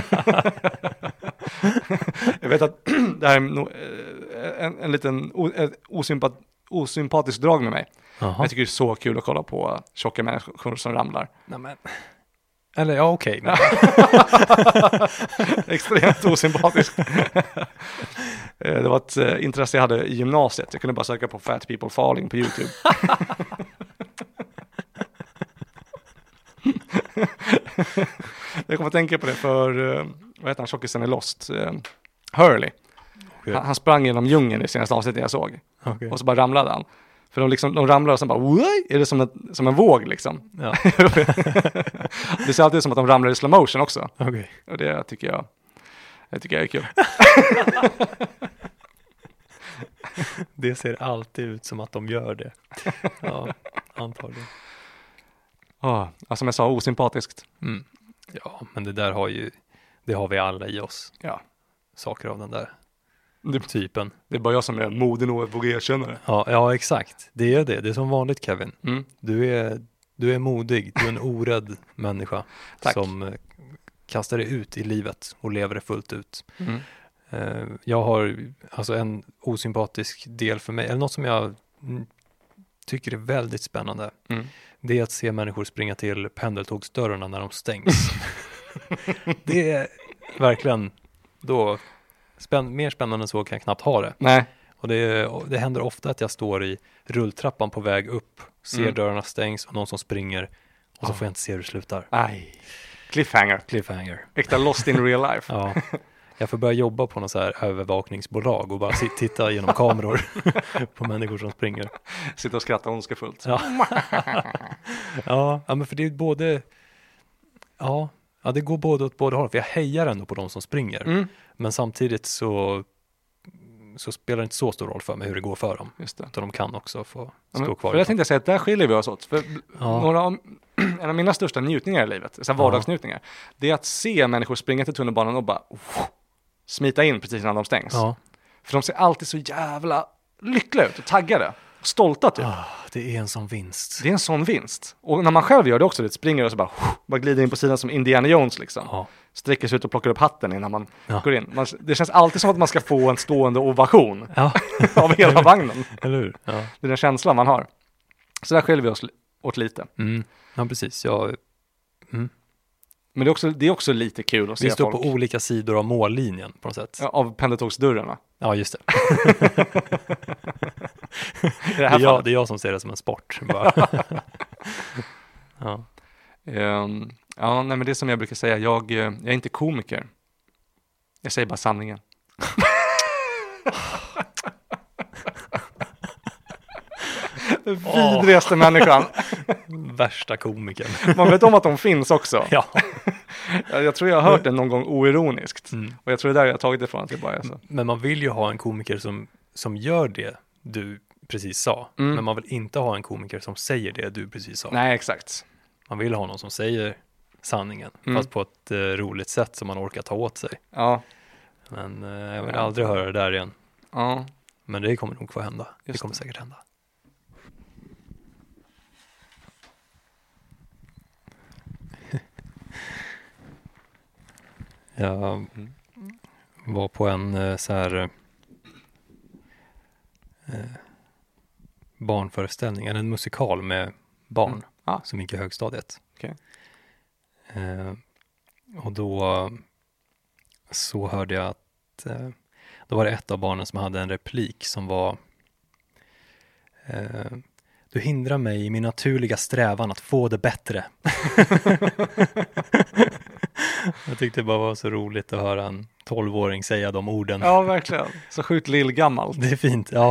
Jag vet att det här är no, eh, en, en liten o, eh, osympat, osympatisk drag med mig. Jaha. Jag tycker det är så kul att kolla på tjocka människor som ramlar. Nej, men. Eller ja, okej. Okay. Extremt osympatiskt. Eh, det var ett eh, intresse jag hade i gymnasiet. Jag kunde bara söka på Fat People Falling på YouTube. Jag kommer att tänka på det för, eh, vad heter han, tjockisen i Lost? Eh, Hurley. Okay. Han, han sprang genom djungeln i senaste avsnittet jag såg. Okay. Och så bara ramlade han. För de, liksom, de ramlar och sen bara, Why? Är det som en, som en våg liksom? Ja. Det ser alltid som att de ramlar i slow motion också. Okay. Och det tycker jag, det tycker jag är kul. Det ser alltid ut som att de gör det. Ja, antagligen. Ja, oh, som jag sa, osympatiskt. Mm. Ja, men det där har ju, det har vi alla i oss. Ja. Saker av den där Det, typen. det är bara jag som är moden och vågar erkänna det. Ja, ja, exakt. Det är det. Det är som vanligt, Kevin. Mm. Du är, du är modig. Du är en orädd människa. Tack. Som eh, kastar dig ut i livet och lever det fullt ut. Mm. Eh, jag har alltså en osympatisk del för mig, eller något som jag mm, tycker är väldigt spännande. Mm. Det är att se människor springa till pendeltågsdörrarna när de stängs. Det är verkligen då spänn, mer spännande än så kan jag knappt ha det. Nej. Och det, och det händer ofta att jag står i rulltrappan på väg upp, ser Mm. dörrarna stängs och någon som springer och så Ah. får jag inte se hur det slutar. Aj. Cliffhanger. Cliffhanger. Äkta lost in real life. Ja. Jag får börja jobba på något så här övervakningsbolag och bara sit, titta genom kameror på människor som springer. Sitta och skratta ondskefullt. Ja. ja, ja, men för det är både ja, ja, det går både åt båda håll. För jag hejar ändå på de som springer. Mm. Men samtidigt så så spelar det inte så stor roll för mig hur det går för dem. Just det. Utan de kan också få Ja, stå men, kvar. för jag tänkte säga att där skiljer vi oss åt. För Ja. några av, en av mina största njutningar i livet, så här Ja. vardagsnjutningar, det är att se människor springa till tunnelbanan och bara oh, smita in precis innan de stängs. Ja. För de ser alltid så jävla lyckliga ut och taggade. Stolta typ. Ah, det är en sån vinst. Det är en sån vinst. Och när man själv gör det också, det springer och så bara, bara glider in på sidan som Indiana Jones liksom. Ja. Sträcker sig ut och plockar upp hatten innan man Ja. går in. Man, det känns alltid som att man ska få en stående ovation Ja, av hela vagnen. eller hur? Ja. Det är den känslan man har. Så där skiljer vi oss li- åt lite. Mm. Ja, precis. Jag, mm. Men det är också, det är också lite kul att Vi se står folk på olika sidor av mållinjen på något sätt. ja, av pendeltågsdörrarna. Ja, just det. I det Det här är, jag, fallet. det är jag som ser det som en sport. Bara. Ja. Ehm, ja, nej, men det är som jag brukar säga, jag, eh, jag är inte komiker. Jag säger bara sanningen. Vidrigaste människan. Värsta komikern. Man vet om att de finns också. Ja. Jag, jag tror jag har hört det någon gång oironiskt. Mm. Och jag tror det är där jag har tagit det från att jag bara är så. Men man vill ju ha en komiker som, som gör det du precis sa. Mm. Men man vill inte ha en komiker som säger det du precis sa. Nej, exakt. Man vill ha någon som säger sanningen. Mm. Fast på ett eh, roligt sätt som man orkar ta åt sig. Ja. Men eh, jag vill Ja. aldrig höra det där igen. Ja. Men det kommer nog få hända. Just det kommer det. säkert hända. Jag Mm. var på en eh, så här eh, barnföreställning, eller en musikal med barn Mm. Ah. som gick i högstadiet. Okej. Eh, och då så hörde jag att eh, då var det ett av barnen som hade en replik som var eh, du hindrar mig i min naturliga strävan att få det bättre. Jag tyckte det bara var så roligt att höra en tolvåring säga de orden. Ja, verkligen. Så sjukt lillgammalt. Det är fint, ja.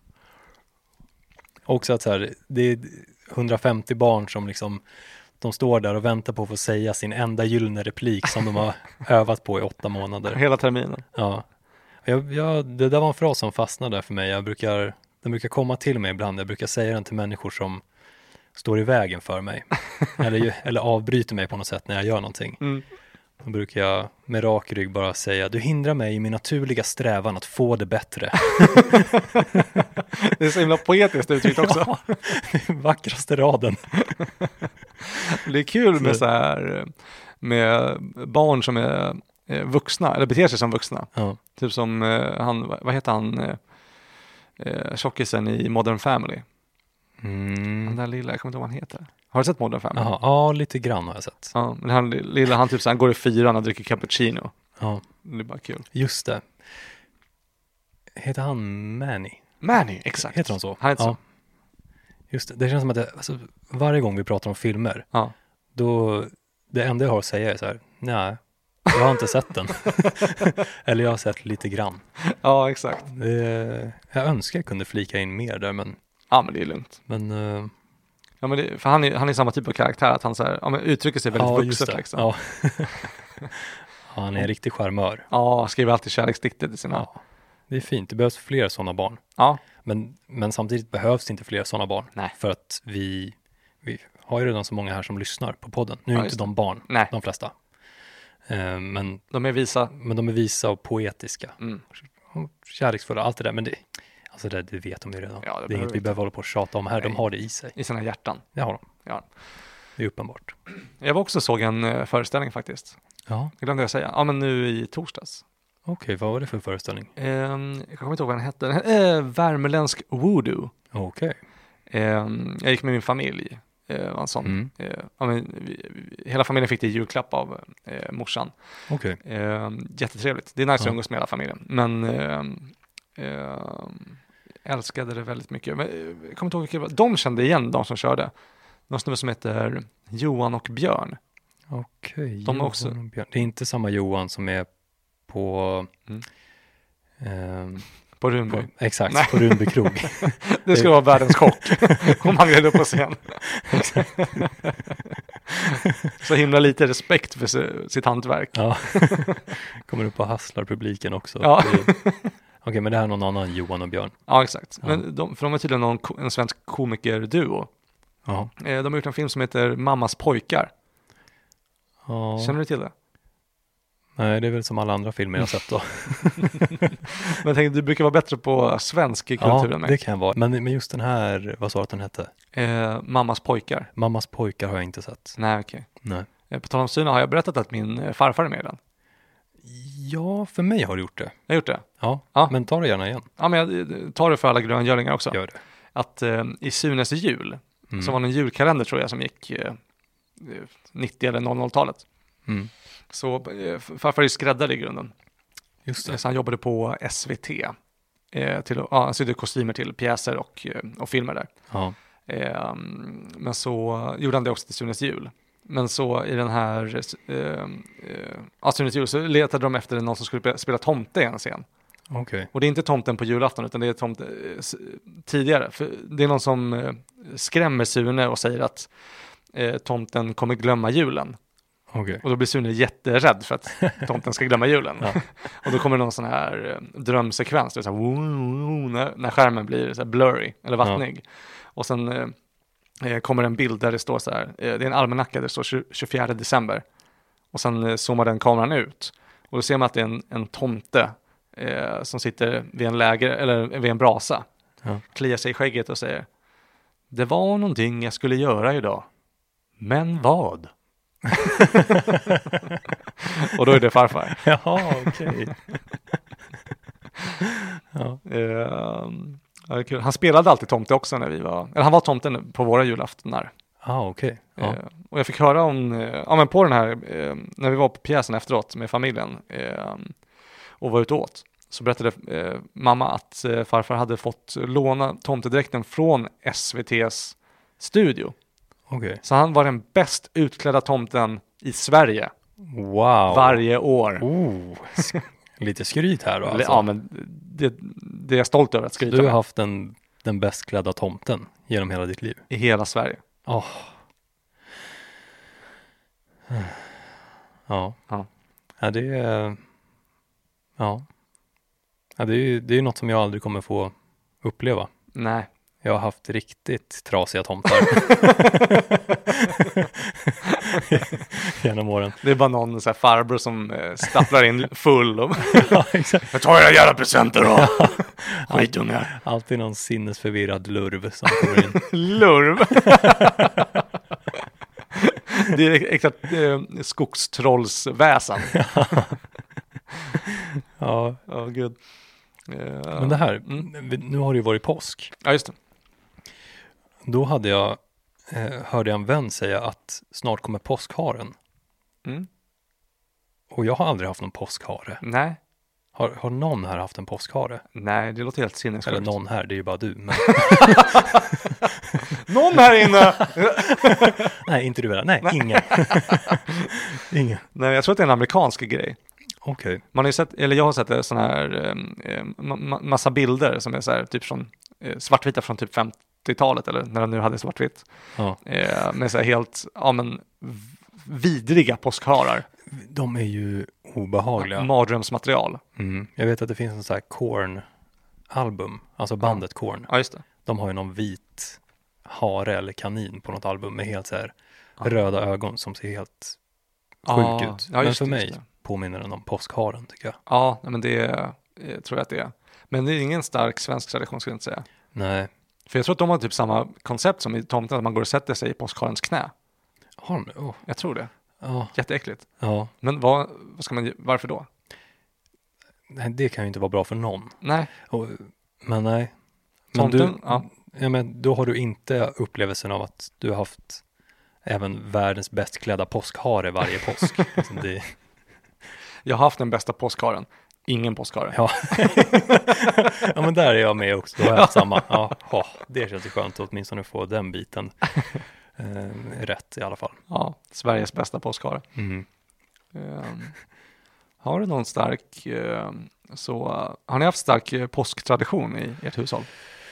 Också att så här, det är hundrafemtio barn som liksom, de står där och väntar på att få säga sin enda gyllene replik som de har övat på i åtta månader. Hela terminen. Ja. Jag, jag, det där var en fras som fastnade där för mig. Jag brukar, den brukar komma till mig ibland. Jag brukar säga den till människor som står i vägen för mig. eller, eller avbryter mig på något sätt när jag gör någonting. Mm. Då brukar jag med rak rygg bara säga, du hindrar mig i min naturliga strävan att få det bättre. Det är så himla poetiskt uttryckt också. Ja, det är vackraste raden. Det är kul med så här, med barn som är eh, vuxna, eller beter sig som vuxna. Ja. Typ som eh, han, vad heter han, eh, eh, tjockisen i Modern Family. Den Mm. där lilla, jag kommer inte ihåg vad han heter. Har du sett Modern Family? Aha, ja, lite grann har jag sett. Ja, men han lilla, han typ så här, han går i fyran och dricker cappuccino. Ja, Det är bara kul. just det. Heter han Manny? Manny, exakt. Heter han så? Han heter ja. så. Just det, det känns som att det, alltså, varje gång vi pratar om filmer, Ja. då det enda jag har att säga är så här, nej, jag har inte sett den. Eller jag har sett lite grann. Ja, exakt. Det, jag önskar jag kunde flika in mer där, men, Ja, men det är lugnt. men uh, Ja, men det, för han är, han är samma typ av karaktär, att han så här, ja, men uttrycker sig väldigt ja, just vuxet det. liksom. Ja. Ja, han är en riktig charmör. Ja, skriver alltid kärleksdikter till sina... Ja, det är fint. Det behövs fler sådana barn. Ja. Men, men samtidigt behövs det inte fler sådana barn. Nej. För att vi, vi har ju redan så många här som lyssnar på podden. Nu är Ja, inte just de barn, Nej. de flesta. Eh, men, De är visa. men de är visa och poetiska. Mm. Och kärleksfulla, allt det där. Men det, alltså det, det vet de ju redan. Ja, det det är behöver inget vi inte. behöver hålla på och tjata om här. De Nej. har det i sig. I sina hjärtan. Det har de. Ja. Det är uppenbart. Jag var också såg en uh, föreställning faktiskt. Ja, Det glömde jag säga. Ja, men nu i torsdags. okej. Vad var det för föreställning? Um, jag kommer inte ihåg vad den hette. Den hette uh, Värmeländsk voodoo. Okej. Um, jag gick med min familj. Uh, en sån. Mm. Uh, ja, men vi, vi, hela familjen fick det i julklapp av uh, morsan. Okej. Uh, jättetrevligt. Det är nice Ja. att umgås med hela familjen. Men uh, uh, älskade det väldigt mycket. Men, uh, jag kommer inte ihåg vilka det var. De kände igen de som körde. Någon snubbe som heter Johan och Björn. Okej. De är Johan också- och Björn. Det är inte samma Johan som är på... Mm. ehm, På Runby. på exakt, Nej. på Runby krog. Det ska vara världens kock. Om man vill upp på scen. Så himla lite respekt för si- sitt hantverk. Ja. Kommer upp och hasslar publiken också. Ja. Det- Okej, men det här är någon annan Johan och Björn. Ja, exakt. Ja. Men de, för de är tydligen någon, ko- en svensk komikerduo. Ja. Eh, De har gjort en film som heter Mammas pojkar. Ja. Känner du till det? Nej, det är väl som alla andra filmer jag har sett då. Men jag tänkte, du brukar vara bättre på svensk kultur Ja, än det mig. kan jag vara. Men, men just den här, vad sa du att den hette? Eh, Mammas pojkar. Mammas pojkar har jag inte sett. Nej, okej. Nej. Eh, På tal om syna har jag berättat att min eh, farfar är med i den. Ja, för mig har du gjort det. Jag har gjort det. Ja, Ja. men ta det gärna igen. Ja, men jag eh, tar det för alla gröngölingar också. Gör det. Att eh, i Sunes jul, Mm. som var en julkalender tror jag som gick eh, nittio eller noll noll-talet. Mm. Så eh, farfar är ju skräddare i grunden. Just det. Så han jobbade på S V T. Eh, till, ja, han sydde kostymer till pjäser och, eh, och filmer där. Ja. Eh, men så gjorde han det också till Sunes jul. Men så i den här eh, eh, ja, Sunes jul så letade de efter någon som skulle spela tomte i en scen. Okej. Och det är inte tomten på julafton utan det är tomte eh, s- tidigare. För det är någon som eh, skrämmer Sune och säger att eh, tomten kommer glömma julen. Okay. Och då blir Sune jätterädd för att tomten ska glömma julen. Ja. Och då kommer det någon sån här drömsekvens. Det är så här, när, när skärmen blir så här blurry eller vattnig. Ja. Och sen eh, kommer en bild där det står så här. Eh, det är en almanacka där det står tjugofjärde december. Och sen eh, zoomar den kameran ut. Och då ser man att det är en, en tomte eh, som sitter vid en läger eller vid en brasa. Ja. Kliar sig i skägget och säger: det var någonting jag skulle göra idag. Men vad? Och då är det farfar. Jaha, okej. Okay. Ja. Uh, ja, kul. Han spelade alltid tomte också när vi var, eller han var tomten på våra julaftnar. Ah, okej. Okay. Ja. Uh, och jag fick höra om, uh, ja men på den här, uh, när vi var på pjäsen efteråt med familjen uh, och var ute och åt, så berättade uh, mamma att uh, farfar hade fått låna tomtedräkten från S V T:s studio. Okay. Så han var den bäst utklädda tomten i Sverige. Wow. Varje år. Oh, lite skryt här då alltså. Ja, men det, det är jag stolt över att skryta. Du har haft den, den bäst klädda tomten genom hela ditt liv. I hela Sverige. Oh. Ja. Ja. Ja, det är... Ja. Ja, det är ju det är något som jag aldrig kommer få uppleva. Nej. Jag har haft riktigt trasiga tomtar genom åren. Det är bara någon så här farbror som eh, stapplar in full. Och ja, exakt. Jag tar era jävla presenter då. Skitungar. Alltid någon sinnesförvirrad lurv som kommer in. Lurv? Det är exakt eh, skogstrollsväsen. Ja. Ja, gud. Uh, Men det här, mm. nu har det ju varit påsk. Ja, just det. Då hade jag, eh, hörde jag en vän säga att snart kommer påskharen. Mm. Och jag har aldrig haft någon påskhare. Nej. Har, har någon här haft en påskhare? Nej, det låter helt sinnessjukt. Eller någon här, det är ju bara du. Men... någon här inne! Nej, inte du. Nej, Nej. ingen. ingen. Nej, jag tror att det är en amerikansk grej. Okej. Okay. Man har ju sett, eller jag har sett såna här eh, ma- massa bilder som är så här, typ från eh, svartvita från typ femtiotalet eller när de nu hade svartvitt. Ja. Eh, med så här helt, ja men vidriga påskharar. De är ju obehagliga. Mardrömsmaterial. Mm. Jag vet att det finns en sån här Korn-album, alltså bandet ja. Korn. Ja, just det. De har ju någon vit hare eller kanin på något album med helt så här ja. röda ögon som ser helt sjuk ja. ut. Ja, men för det, mig påminner den om påskharen, tycker jag. Ja, men det är, tror jag att det är. Men det är ingen stark svensk tradition, skulle jag inte säga. Nej. För jag tror att de har typ samma koncept som i tomten, att man går och sätter sig i påskharens knä. Har de det? Oh. Jag tror det. Ja. Jätteäckligt. Ja. Men vad, vad ska man, varför då? Nej, det kan ju inte vara bra för någon. Nej. Och, men nej. Men tomten, du, ja. ja. Men då har du inte upplevelsen av att du har haft även världens bäst klädda påskhare varje påsk. det... Jag har haft den bästa påskharen. Ingen påskhare. Ja. Ja, men där är jag med också. Då har jag haft samma. Ja, oh, det känns ju skönt att åtminstone få den biten eh, rätt i alla fall. Ja, Sveriges bästa påskhare. Mm. Um, har du någon stark, uh, så uh, har ni haft stark uh, påsktradition i ert hushåll?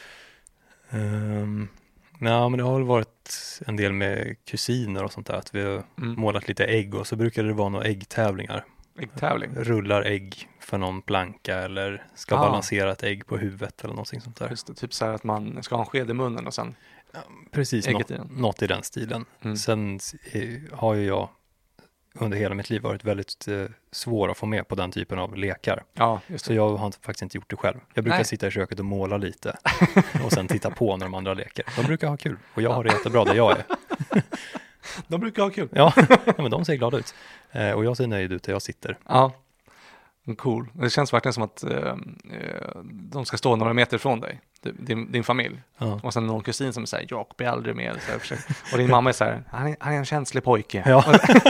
Um, nej, men det har väl varit en del med kusiner och sånt där. Att vi har mm. målat lite ägg och så brukar det vara några äggtävlingar. Äggtävling? Rullar ägg för någon planka eller ska ah. balansera ett ägg på huvudet eller någonting sånt där. Just det, typ så här att man ska ha en sked i munnen och sen ja, precis, något, i något i den stilen. Mm. Sen eh, har ju jag under hela mitt liv varit väldigt eh, svår att få med på den typen av lekar. Ja, just det. Så jag har faktiskt inte gjort det själv. Jag brukar Nej. sitta i köket och måla lite och sen titta på när de andra leker. De brukar ha kul och jag har det jättebra där jag är. De brukar ha kul. Ja, men de ser glada ut. Eh, och jag ser nöjd ut där jag sitter. Ja, cool. Det känns verkligen som att eh, de ska stå några meter från dig, din, din familj. Ja. Och sen någon kusin som säger, jag blir aldrig med. Så här, försöker. Och din mamma är så här, han är, han är en känslig pojke. Ja.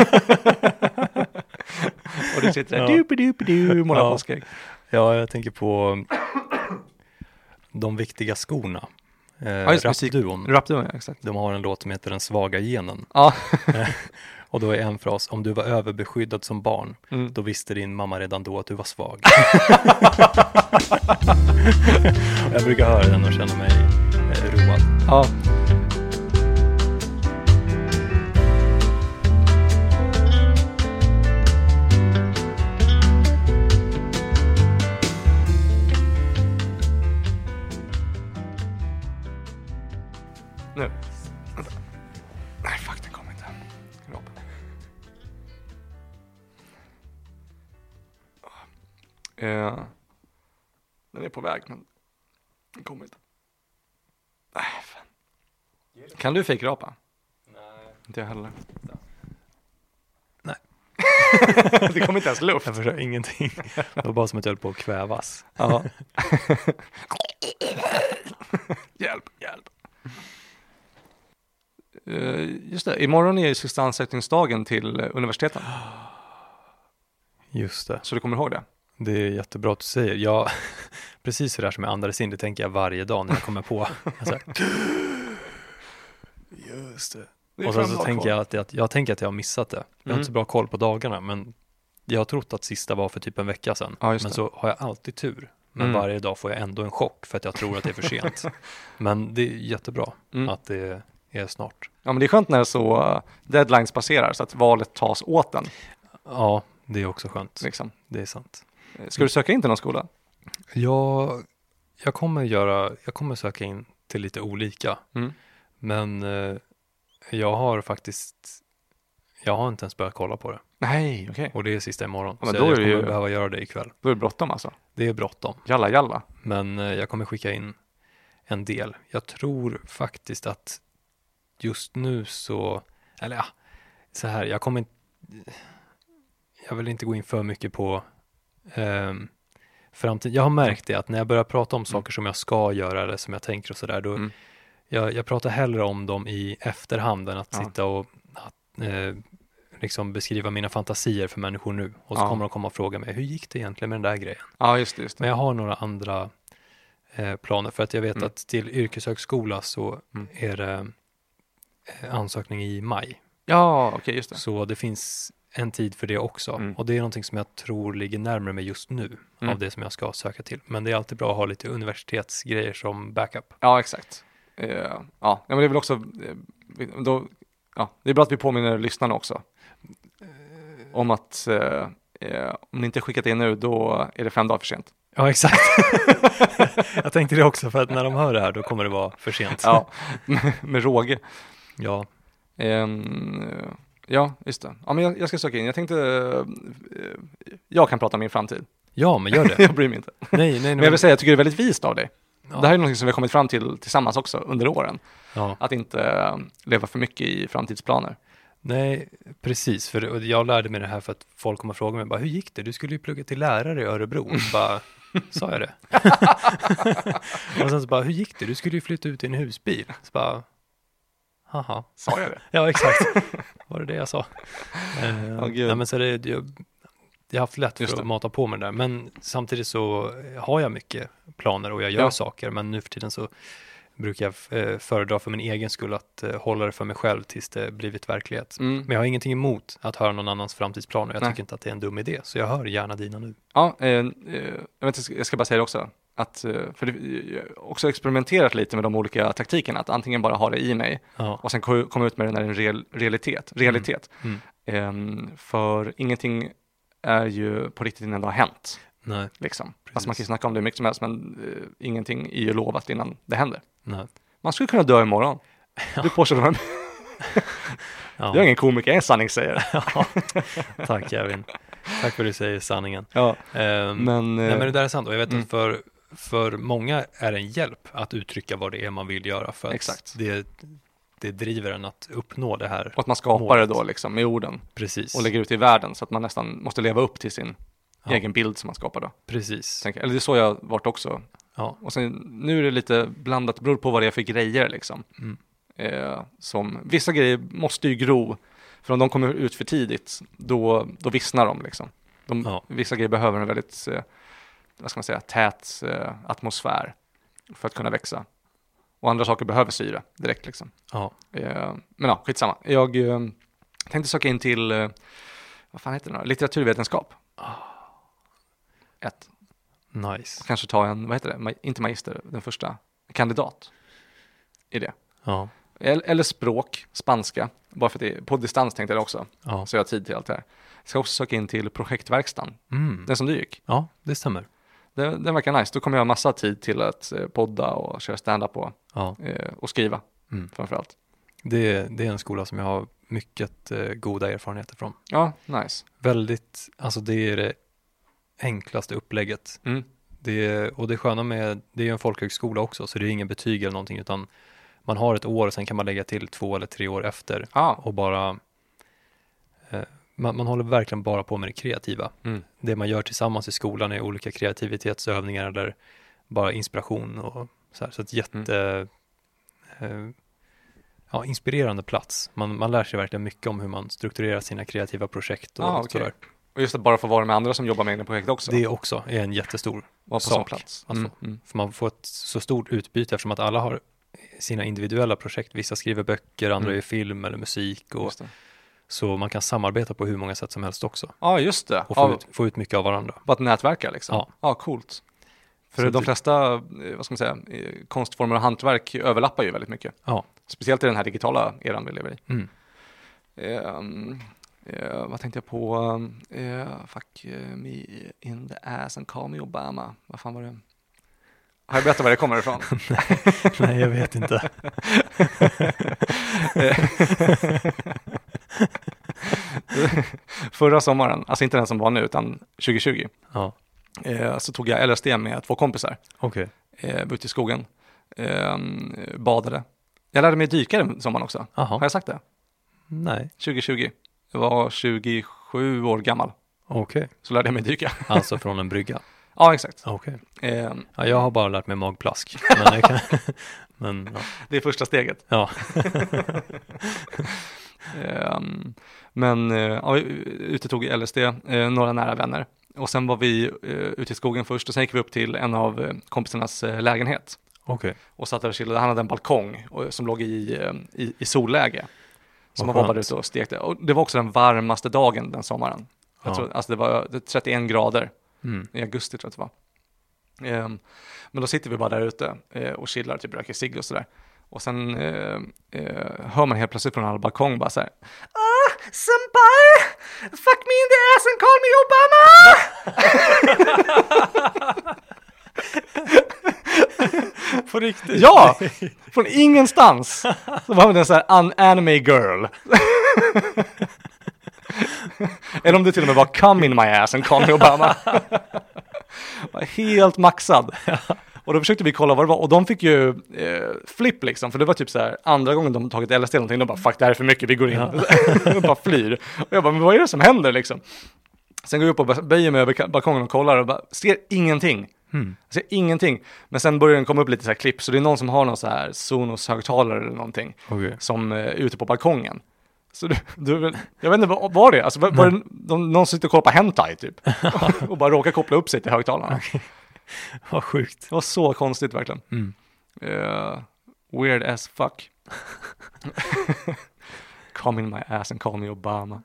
Och du sitter där, ja. du-du-du-du, målar ja. påskägg. Ja, jag tänker på de viktiga skorna. Eh, ja, just Rapduon. Rapduon, ja, exakt. De har en låt som heter Den svaga genen. Ja. Och då är en fras, om du var överbeskyddad som barn, mm. då visste din mamma redan då att du var svag. Jag brukar höra den och känna mig eh, road. Ja. Nu. Vänta. Nej, fuck, den kommer inte. Rapa. Uh, den är på väg, men den kommer inte. Nej, fan. Kan du fejkrapa? Nej. Inte jag heller. Nej. Det kommer inte ens luft. Jag förstår ingenting. Det var bara som att jag höll på att kvävas. Ja. Hjälp, hjälp. Uh, just det, imorgon är ju sista ansökningsdagen till uh, universiteten. Just det. Så du kommer ihåg det? Det är jättebra att du säger. Jag, precis så där som jag andades in, det tänker jag varje dag när jag kommer på. Alltså, just det. det och sen så tänker jag att, jag, jag tänker att jag har missat det. Jag har mm. inte så bra koll på dagarna, men jag har trott att sista var för typ en vecka sedan. Ja, men så har jag alltid tur. Men mm. varje dag får jag ändå en chock för att jag tror att det är för sent. Men det är jättebra mm. att det är snart. Ja, men det är skönt när så uh, deadlines passerar så att valet tas åt den. Ja, det är också skönt. Liksom. Det är sant. Ska du söka in till någon skola? Ja, jag kommer göra, jag kommer söka in till lite olika. Mm. Men eh, jag har faktiskt, jag har inte ens börjat kolla på det. Nej, okej. Okay. Och det är sista imorgon. Ja, men så då jag är kommer ju, behöva göra det ikväll. Då är det bråttom alltså. Det är bråttom. Jalla, jalla. Men eh, jag kommer skicka in en del. Jag tror faktiskt att just nu så, eller ja, så här, jag kommer inte, jag vill inte gå in för mycket på eh, framtiden. Jag har märkt det att när jag börjar prata om saker som jag ska göra eller som jag tänker och sådär, då mm. jag, jag pratar hellre om dem i efterhand än att ja. sitta och att, eh, liksom beskriva mina fantasier för människor nu. Och så ja. kommer de komma och fråga mig, hur gick det egentligen med den där grejen? Ja, just det. Just det. Men jag har några andra eh, planer, för att jag vet mm. att till yrkeshögskola så mm. är det eh, ansökning i maj. Ja, okej, okay, just det. Så det finns en tid för det också. Mm. Och det är någonting som jag tror ligger närmare mig just nu mm. av det som jag ska söka till. Men det är alltid bra att ha lite universitetsgrejer som backup. Ja, exakt. Uh, ja, men det är väl också uh, då, ja, det är bra att vi påminner lyssnarna också uh, om att uh, uh, om ni inte skickat in nu, då är det fem dagar för sent. Ja, exakt. Jag tänkte det också, för att när de hör det här då kommer det vara för sent. Ja, med, med råge. Ja. Um, ja, just det. Ja, men jag, jag ska söka in. Jag tänkte uh, jag kan prata om min framtid. Ja, men gör det. Jag bryr mig inte. Nej, nej, nej. Men jag vill säga, jag tycker det är väldigt vist av dig. Ja. Det här är något som vi har kommit fram till tillsammans också under åren. Ja. Att inte uh, leva för mycket i framtidsplaner. Nej, precis. För jag lärde mig det här för att folk kommer fråga mig, bara, hur gick det? Du skulle ju plugga till lärare i Örebro. Bara, sa jag det? Och sen så bara, hur gick det? Du skulle ju flytta ut i en husbil. Så bara, haha. Sa jag det? Ja, exakt. Var det det jag sa? Uh, oh, nej, men så det, jag, jag har haft lätt Just för det. att mata på mig där. Men samtidigt så har jag mycket planer och jag gör ja. saker. Men nu för tiden så brukar jag eh, föredra för min egen skull att eh, hålla det för mig själv tills det blivit verklighet. Mm. Men jag har ingenting emot att höra någon annans framtidsplaner. Jag Nej. tycker inte att det är en dum idé. Så jag hör gärna dina nu. Ja, eh, eh, jag, vet, jag ska bara säga det också. Att, eh, för det, jag har också experimenterat lite med de olika taktikerna. Att antingen bara ha det i mig Ja. och sen ko- komma ut med det när det är en real, realitet. realitet. Mm. Eh, för ingenting är ju på riktigt innan det har hänt. Nej. Liksom. Alltså man kan ju snacka om det mycket som helst, men eh, ingenting är ju lovat innan det händer. Nej. Man skulle kunna dö imorgon. Ja. Du påstår det. Ja. Jag är ingen komiker, jag är en sanningssägare. Ja. Tack Kevin. Tack för att du säger sanningen. Ja, um, men, nej, men det där är sant. Och jag vet mm. att för, för många är det en hjälp att uttrycka vad det är man vill göra. För att Exakt. Det, det driver en att uppnå det här. Och att man skapar målet. det då liksom med orden. Precis. Och lägger ut det i världen så att man nästan måste leva upp till sin Ja. egen bild som man skapar då. Precis. Tänker, eller det är så jag har varit också. Ja. Och sen, nu är det lite blandat, det beror på vad det är för grejer liksom. Mm. Eh, som, vissa grejer måste ju gro, för om de kommer ut för tidigt, då, då vissnar de liksom. De, Ja. Vissa grejer behöver en väldigt, eh, vad ska man säga, tät eh, atmosfär för att kunna växa. Och andra saker behöver syre direkt liksom. Ja. Eh, men ja, skitsamma. Jag eh, tänkte söka in till, eh, vad fan heter det nu? Litteraturvetenskap. Ett. Nice. Kanske ta en, vad heter det? Ma- inte magister, den första. Kandidat. I det. Ja. Eller, eller språk, spanska. Bara för att det är på distans tänkte jag också. Ja. Så jag har tid till allt det här. Jag ska också söka in till projektverkstan. Mm. Den som du gick. Ja, det stämmer. Den, den verkar nice. Då kommer jag ha massa tid till att eh, podda och köra stand-up och, Ja. eh, och skriva. Mm. framförallt. Det, det är en skola som jag har mycket eh, goda erfarenheter från. Ja, nice. Väldigt, alltså det är det enklaste upplägget. Mm. Det är, och det sköna med, det är ju en folkhögskola också, så det är ingen betyg eller någonting, utan man har ett år och sen kan man lägga till två eller tre år efter Ah. och bara eh, man, man håller verkligen bara på med det kreativa. Mm. Det man gör tillsammans i skolan är olika kreativitetsövningar eller bara inspiration och så här. Så ett jätte mm. eh, ja, inspirerande plats. Man, man lär sig verkligen mycket om hur man strukturerar sina kreativa projekt och Ah, okay. sådär. Och just att bara få vara med andra som jobbar med egna projekt också. Det också är en jättestor på sak. Plats. Alltså, Mm. Mm. för man får ett så stort utbyte eftersom att alla har sina individuella projekt. Vissa skriver böcker, andra Mm. gör film eller musik. Och, Just det. så man kan samarbeta på hur många sätt som helst också. Ja, ah, just det. Och få, ah, ut, få ut mycket av varandra. Bara att nätverka liksom. Ja. Ja, ah, coolt. För Så de det- flesta, eh, vad ska man säga, eh, konstformer och hantverk överlappar ju väldigt mycket. Ja. Speciellt i den här digitala eran vi lever i. Mm. Um, uh, vad tänkte jag på? Uh, fuck uh, me in the ass and call me Obama. Vad fan var det? Har jag berättat var det kommer ifrån? Nej, jag vet inte. Förra sommaren, alltså inte den som var nu utan tjugo tjugo, Ja, uh, så tog jag L S D med två kompisar. okej. Uh, ute i skogen. Uh, badade. Jag lärde mig dyka den sommaren också. Har Jaha, jag sagt det? nej. tjugo tjugo. Jag var tjugosju år gammal. Okej. Så lärde jag mig dyka. Alltså från en brygga. Ja, exakt. Okej. Uh, Ja, jag har bara lärt mig magplask. Men, jag kan... men ja. det är första steget. ja. Um, men uh, ja, vi ute tog L S D, uh, några nära vänner. Och sen var vi uh, ute i skogen först och sen gick vi upp till en av uh, kompisarnas uh, lägenhet. Okej. Och satt där och chillade. Han hade en balkong och, som låg i, uh, i, i solläge. Som Vad man var bara skönt. ute och stekte. Och det var också den varmaste dagen den sommaren. Jag Ja. tror, alltså det var uh, trettioen grader Mm. i augusti tror jag det var. Um, men då sitter vi bara där ute uh, och chillar, typ röker cigg och sådär. Och sen uh, uh, hör man helt plötsligt från alla balkong bara så här: ah, somebody fuck me in the ass and call me Obama! På riktigt? Ja! Från ingenstans. Så var det en sån här an- anime girl. Eller om det till och med var come in my ass and call me Obama. Var helt maxad. Och då försökte vi kolla vad det var. Och de fick ju eh, flipp liksom. För det var typ så här andra gången de tagit L S D eller någonting. De bara, fuck det här är för mycket, vi går in. Ja. De bara flyr. Och jag bara, men vad är det som händer liksom? Sen går jag upp och böjer mig över balkongen och kollar och bara, ser ingenting. Mm. Jag ser ingenting. Men sen börjar den komma upp lite så här klipp. Så det är någon som har någon så här Sonos-högtalare eller någonting. Okej. Som eh, är ute på balkongen. Så du, du, jag vet inte, vad var det? Alltså, var, var det de, någon som sitter och kollar på hentai typ? Och bara råkar koppla upp sig till högtalarna. Vad sjukt. Det var så konstigt verkligen. Mm. Uh, weird as fuck. Come in my ass and call me Obama.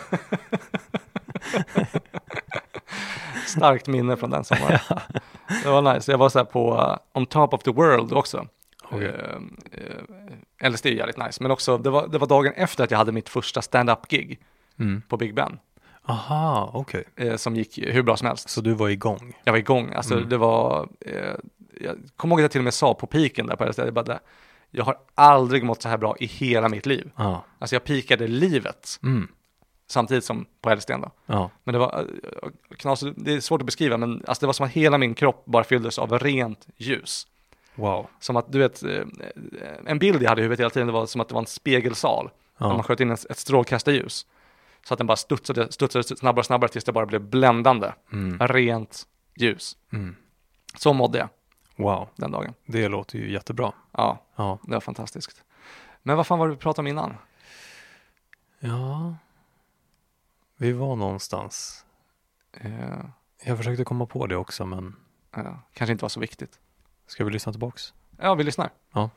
Starkt minne från den sommaren. Det var nice. Jag var så här på uh, On Top of the World också. Okay. Uh, uh, L S D är jävligt nice. Men också, det var, det var dagen efter att jag hade mitt första stand-up-gig Mm. på Big Ben. Aha, okej. Uh, som gick hur bra som helst. Så du var igång? Jag var igång. Alltså Mm. det var... Uh, jag kommer ihåg att jag till och med sa på piken där på L S D. Jag, bara, det, jag har aldrig mått så här bra i hela mitt liv. Ja. Alltså jag pikade livet. Mm. Samtidigt som på L S D då. Ja. Men det var uh, knas, det är svårt att beskriva, men alltså det var som att hela min kropp bara fylldes av rent ljus. Wow. Som att, du vet, uh, en bild jag hade i huvudet hela tiden, det var som att det var en spegelsal. Ja. Där man sköt in ett, ett strålkastarljus. Så att den bara studsade, studsade snabbare och snabbare tills det bara blev bländande. Mm. Rent ljus. Mm. Så mådde jag Wow. den dagen. Det låter ju jättebra. Ja, Ja. det var fantastiskt. Men vad fan var det vi pratade om innan? Ja. Vi var någonstans. Uh, Jag försökte komma på det också, men uh, kanske inte var så viktigt. ska vi lyssna tillbaks? Ja, vi lyssnar. Ja.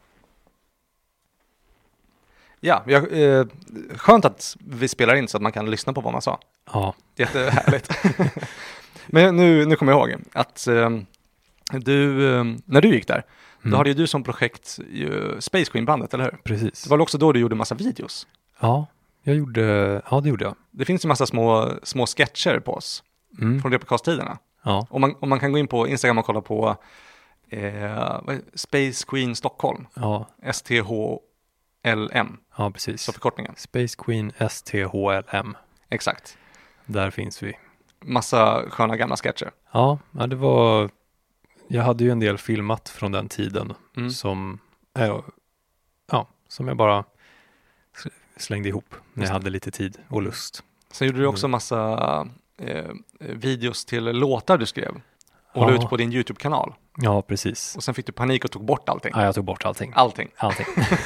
Ja, jag, eh, skönt att vi spelar in så att man kan lyssna på vad man sa. Ja. Jättehärligt. Men nu, nu kommer jag ihåg att eh, du, eh, när du gick där, Mm. då hade ju du som projekt ju Space Queen-bandet, eller hur? Precis. Det var också då du gjorde massa videos. Ja, jag gjorde, ja det gjorde jag. Det finns ju massa små, små sketcher på oss Mm. från Replicast-tiderna. Ja. Om man, om man kan gå in på Instagram och kolla på eh, vad är det? Space Queen Stockholm. Ja. S T H L M. Ja, precis. Så förkortningen. Space Queen S T H L M. Exakt. Där finns vi. Massa sköna gamla sketcher. Ja, ja, det var... Jag hade ju en del filmat från den tiden Mm. som... Äh, ja, som jag bara slängde ihop när Just jag det. hade lite tid och lust. Sen gjorde du också massa eh, videos till låtar du skrev. Och Ja. la ut på din YouTube-kanal. Ja, precis. Och sen fick du panik och tog bort allting. Ja, jag tog bort allting. Allting. Allting.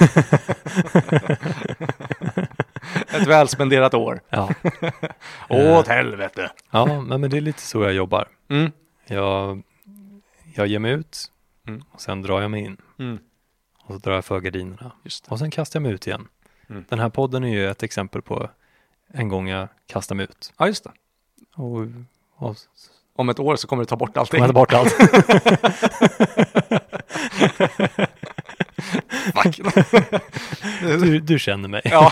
Ett väl spenderat år. Ja. Åt helvete. Ja, men, men det är lite så jag jobbar. Mm. Jag, jag ger mig ut Mm. och sen drar jag mig in. Mm. Och så drar jag för gardinerna. Just det. Och sen kastar jag mig ut igen. Mm. Den här podden är ju ett exempel på en gång jag kastar mig ut. Ja, just det. Och, och Om ett år så kommer du ta bort allting. jag tar bort allt. Fuck. Du, du känner mig. Ja.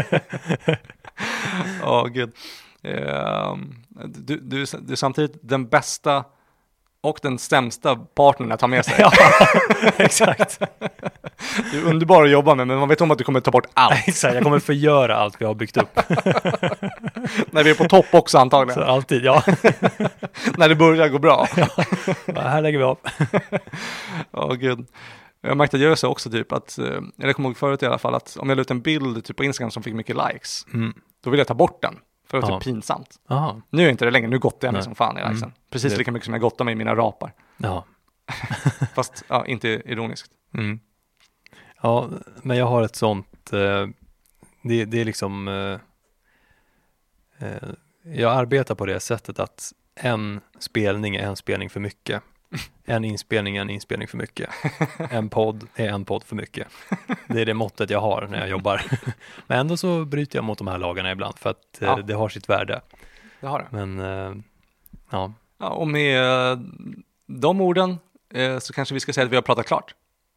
Ja, gud. Ehm, du, du, du är samtidigt den bästa och den sämsta partnern att ha med sig. Ja, exakt. Du är underbar att jobba med, men man vet om att du kommer ta bort allt. Exakt, jag kommer förgöra allt vi har byggt upp. När vi är på topp också Så antagligen. alltid, ja. När det börjar gå bra. Ja, här lägger vi av. Ja, gud. Jag märkte att jag gör så också typ att, eh, eller jag kommer ihåg förut i alla fall, att om jag la ut en bild typ på Instagram som fick mycket likes, Mm. då vill jag ta bort den. För det var Ja. typ pinsamt. Aha. Nu är jag inte det längre, nu gottar jag mig Nej. som fan i likesen. Mm. Precis Det- lika mycket som jag gottar mig i mina rapar. Ja. Fast ja, inte ironiskt. Mm. Ja, men jag har ett sånt, eh, det, det är liksom, eh, eh, jag arbetar på det sättet att en spelning är en spelning för mycket. En inspelning är en inspelning för mycket. En podd är en podd för mycket. Det är det måttet jag har när jag jobbar. Men ändå så bryter jag mot de här lagarna ibland för att eh, Ja. det har sitt värde. Det har det. Men eh, ja, Ja, och med eh, de orden eh, så kanske vi ska säga att vi har pratat klart.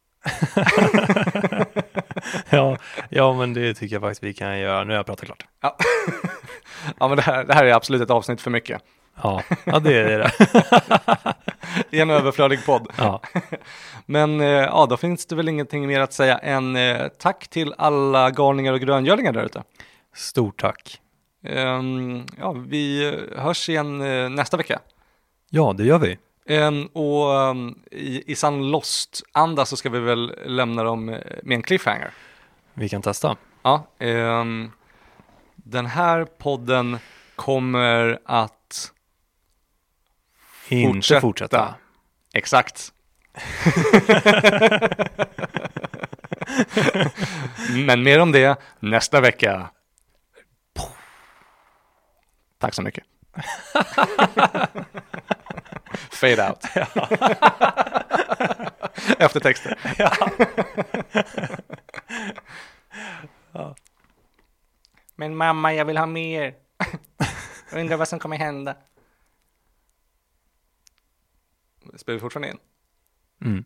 ja, ja, men det tycker jag faktiskt vi kan göra. Nu har jag pratat klart. Ja, ja men det här, det här är absolut ett avsnitt för mycket. Ja, ja det är det. I en överflödig podd. Ja. Men eh, ja, då finns det väl ingenting mer att säga än eh, tack till alla galningar och gröngölingar där ute. Stort tack. Ehm, ja, vi hörs igen eh, nästa vecka. Ja, det gör vi. Ehm, och um, i, i sann Lost-anda så ska vi väl lämna dem eh, med en cliffhanger. Vi kan testa. Ja, ehm, den här podden kommer att Inte Fortsätta. fortsätta. exakt. Men mer om det nästa vecka. Tack så mycket. Fade out. Eftertexter. Ja. Men mamma, jag vill ha mer. Jag undrar vad som kommer hända. Spelar vi fortfarande in? Mm.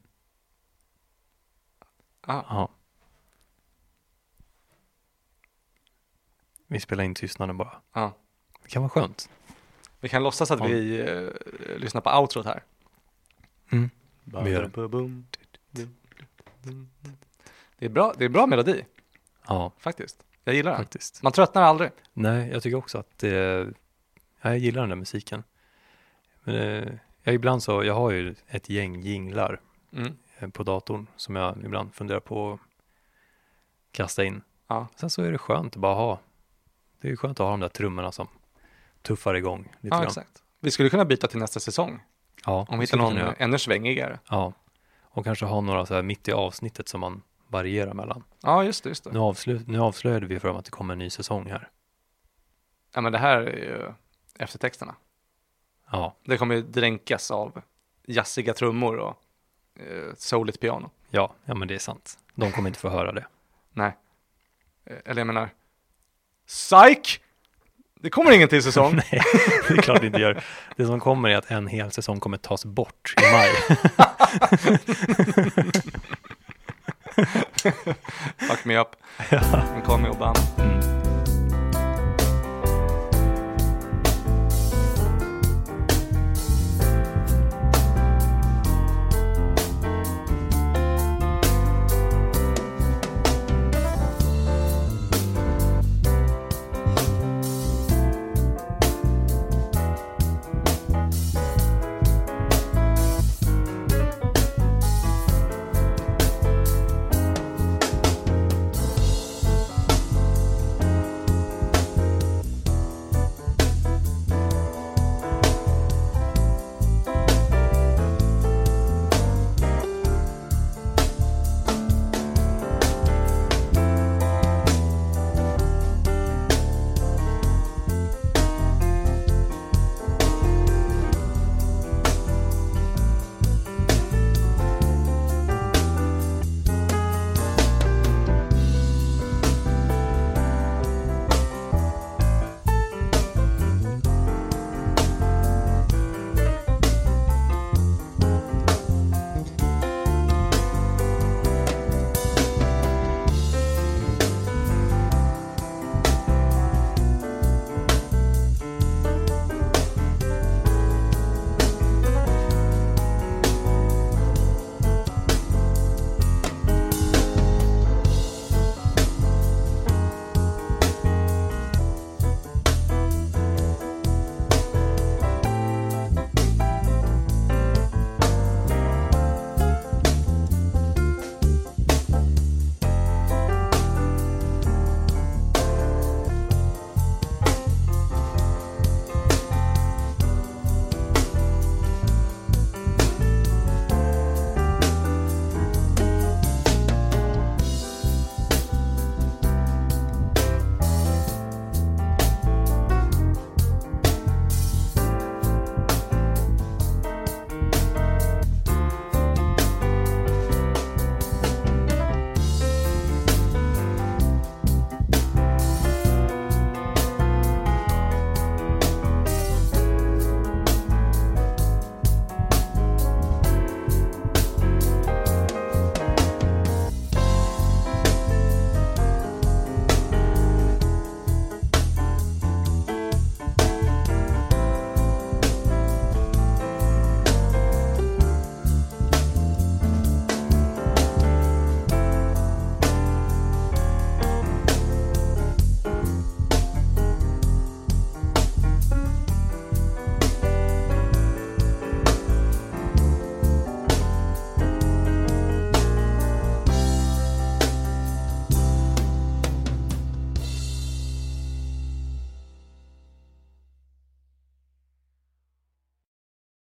Ah. Ja. Vi spelar in tystnaden bara. Ja. Det kan vara skönt. Vi kan låtsas att Ja. vi uh, lyssnar på outrot här. Mm. Vi gör det. Det är bra, det är bra melodi, Ja, faktiskt. Jag gillar den. faktiskt. Man tröttnar aldrig. Nej, jag tycker också att det, ja, jag gillar den där musiken. Men eh, jag ibland så, jag har ju ett gäng jinglar Mm. eh, på datorn som jag ibland funderar på att kasta in. Ja. Sen så är det skönt att bara ha. Det är ju skönt att ha de där trummorna som tuffar igång lite Ja, grann. exakt. Vi skulle kunna byta till nästa säsong. Ja, Om vi hittar skulle någon kunna göra. ännu svängigare. Ja, och kanske ha några så här mitt i avsnittet som man varierar mellan. Ja, just det, just det. Nu, avslu- nu avslöjade vi för dem att det kommer en ny säsong här. Ja, men det här är ju eftertexterna. Ja, Det kommer ju dränkas av jazziga trummor och eh, souligt piano. ja, ja men det är sant. De kommer inte få höra det. Nej. Eh, Eller jag menar, psych! Det kommer ingen till säsong. Nej, det är klart det inte gör. Det som kommer är att en hel säsong kommer tas bort i maj. Fuck me up. En call me Obama. Mm.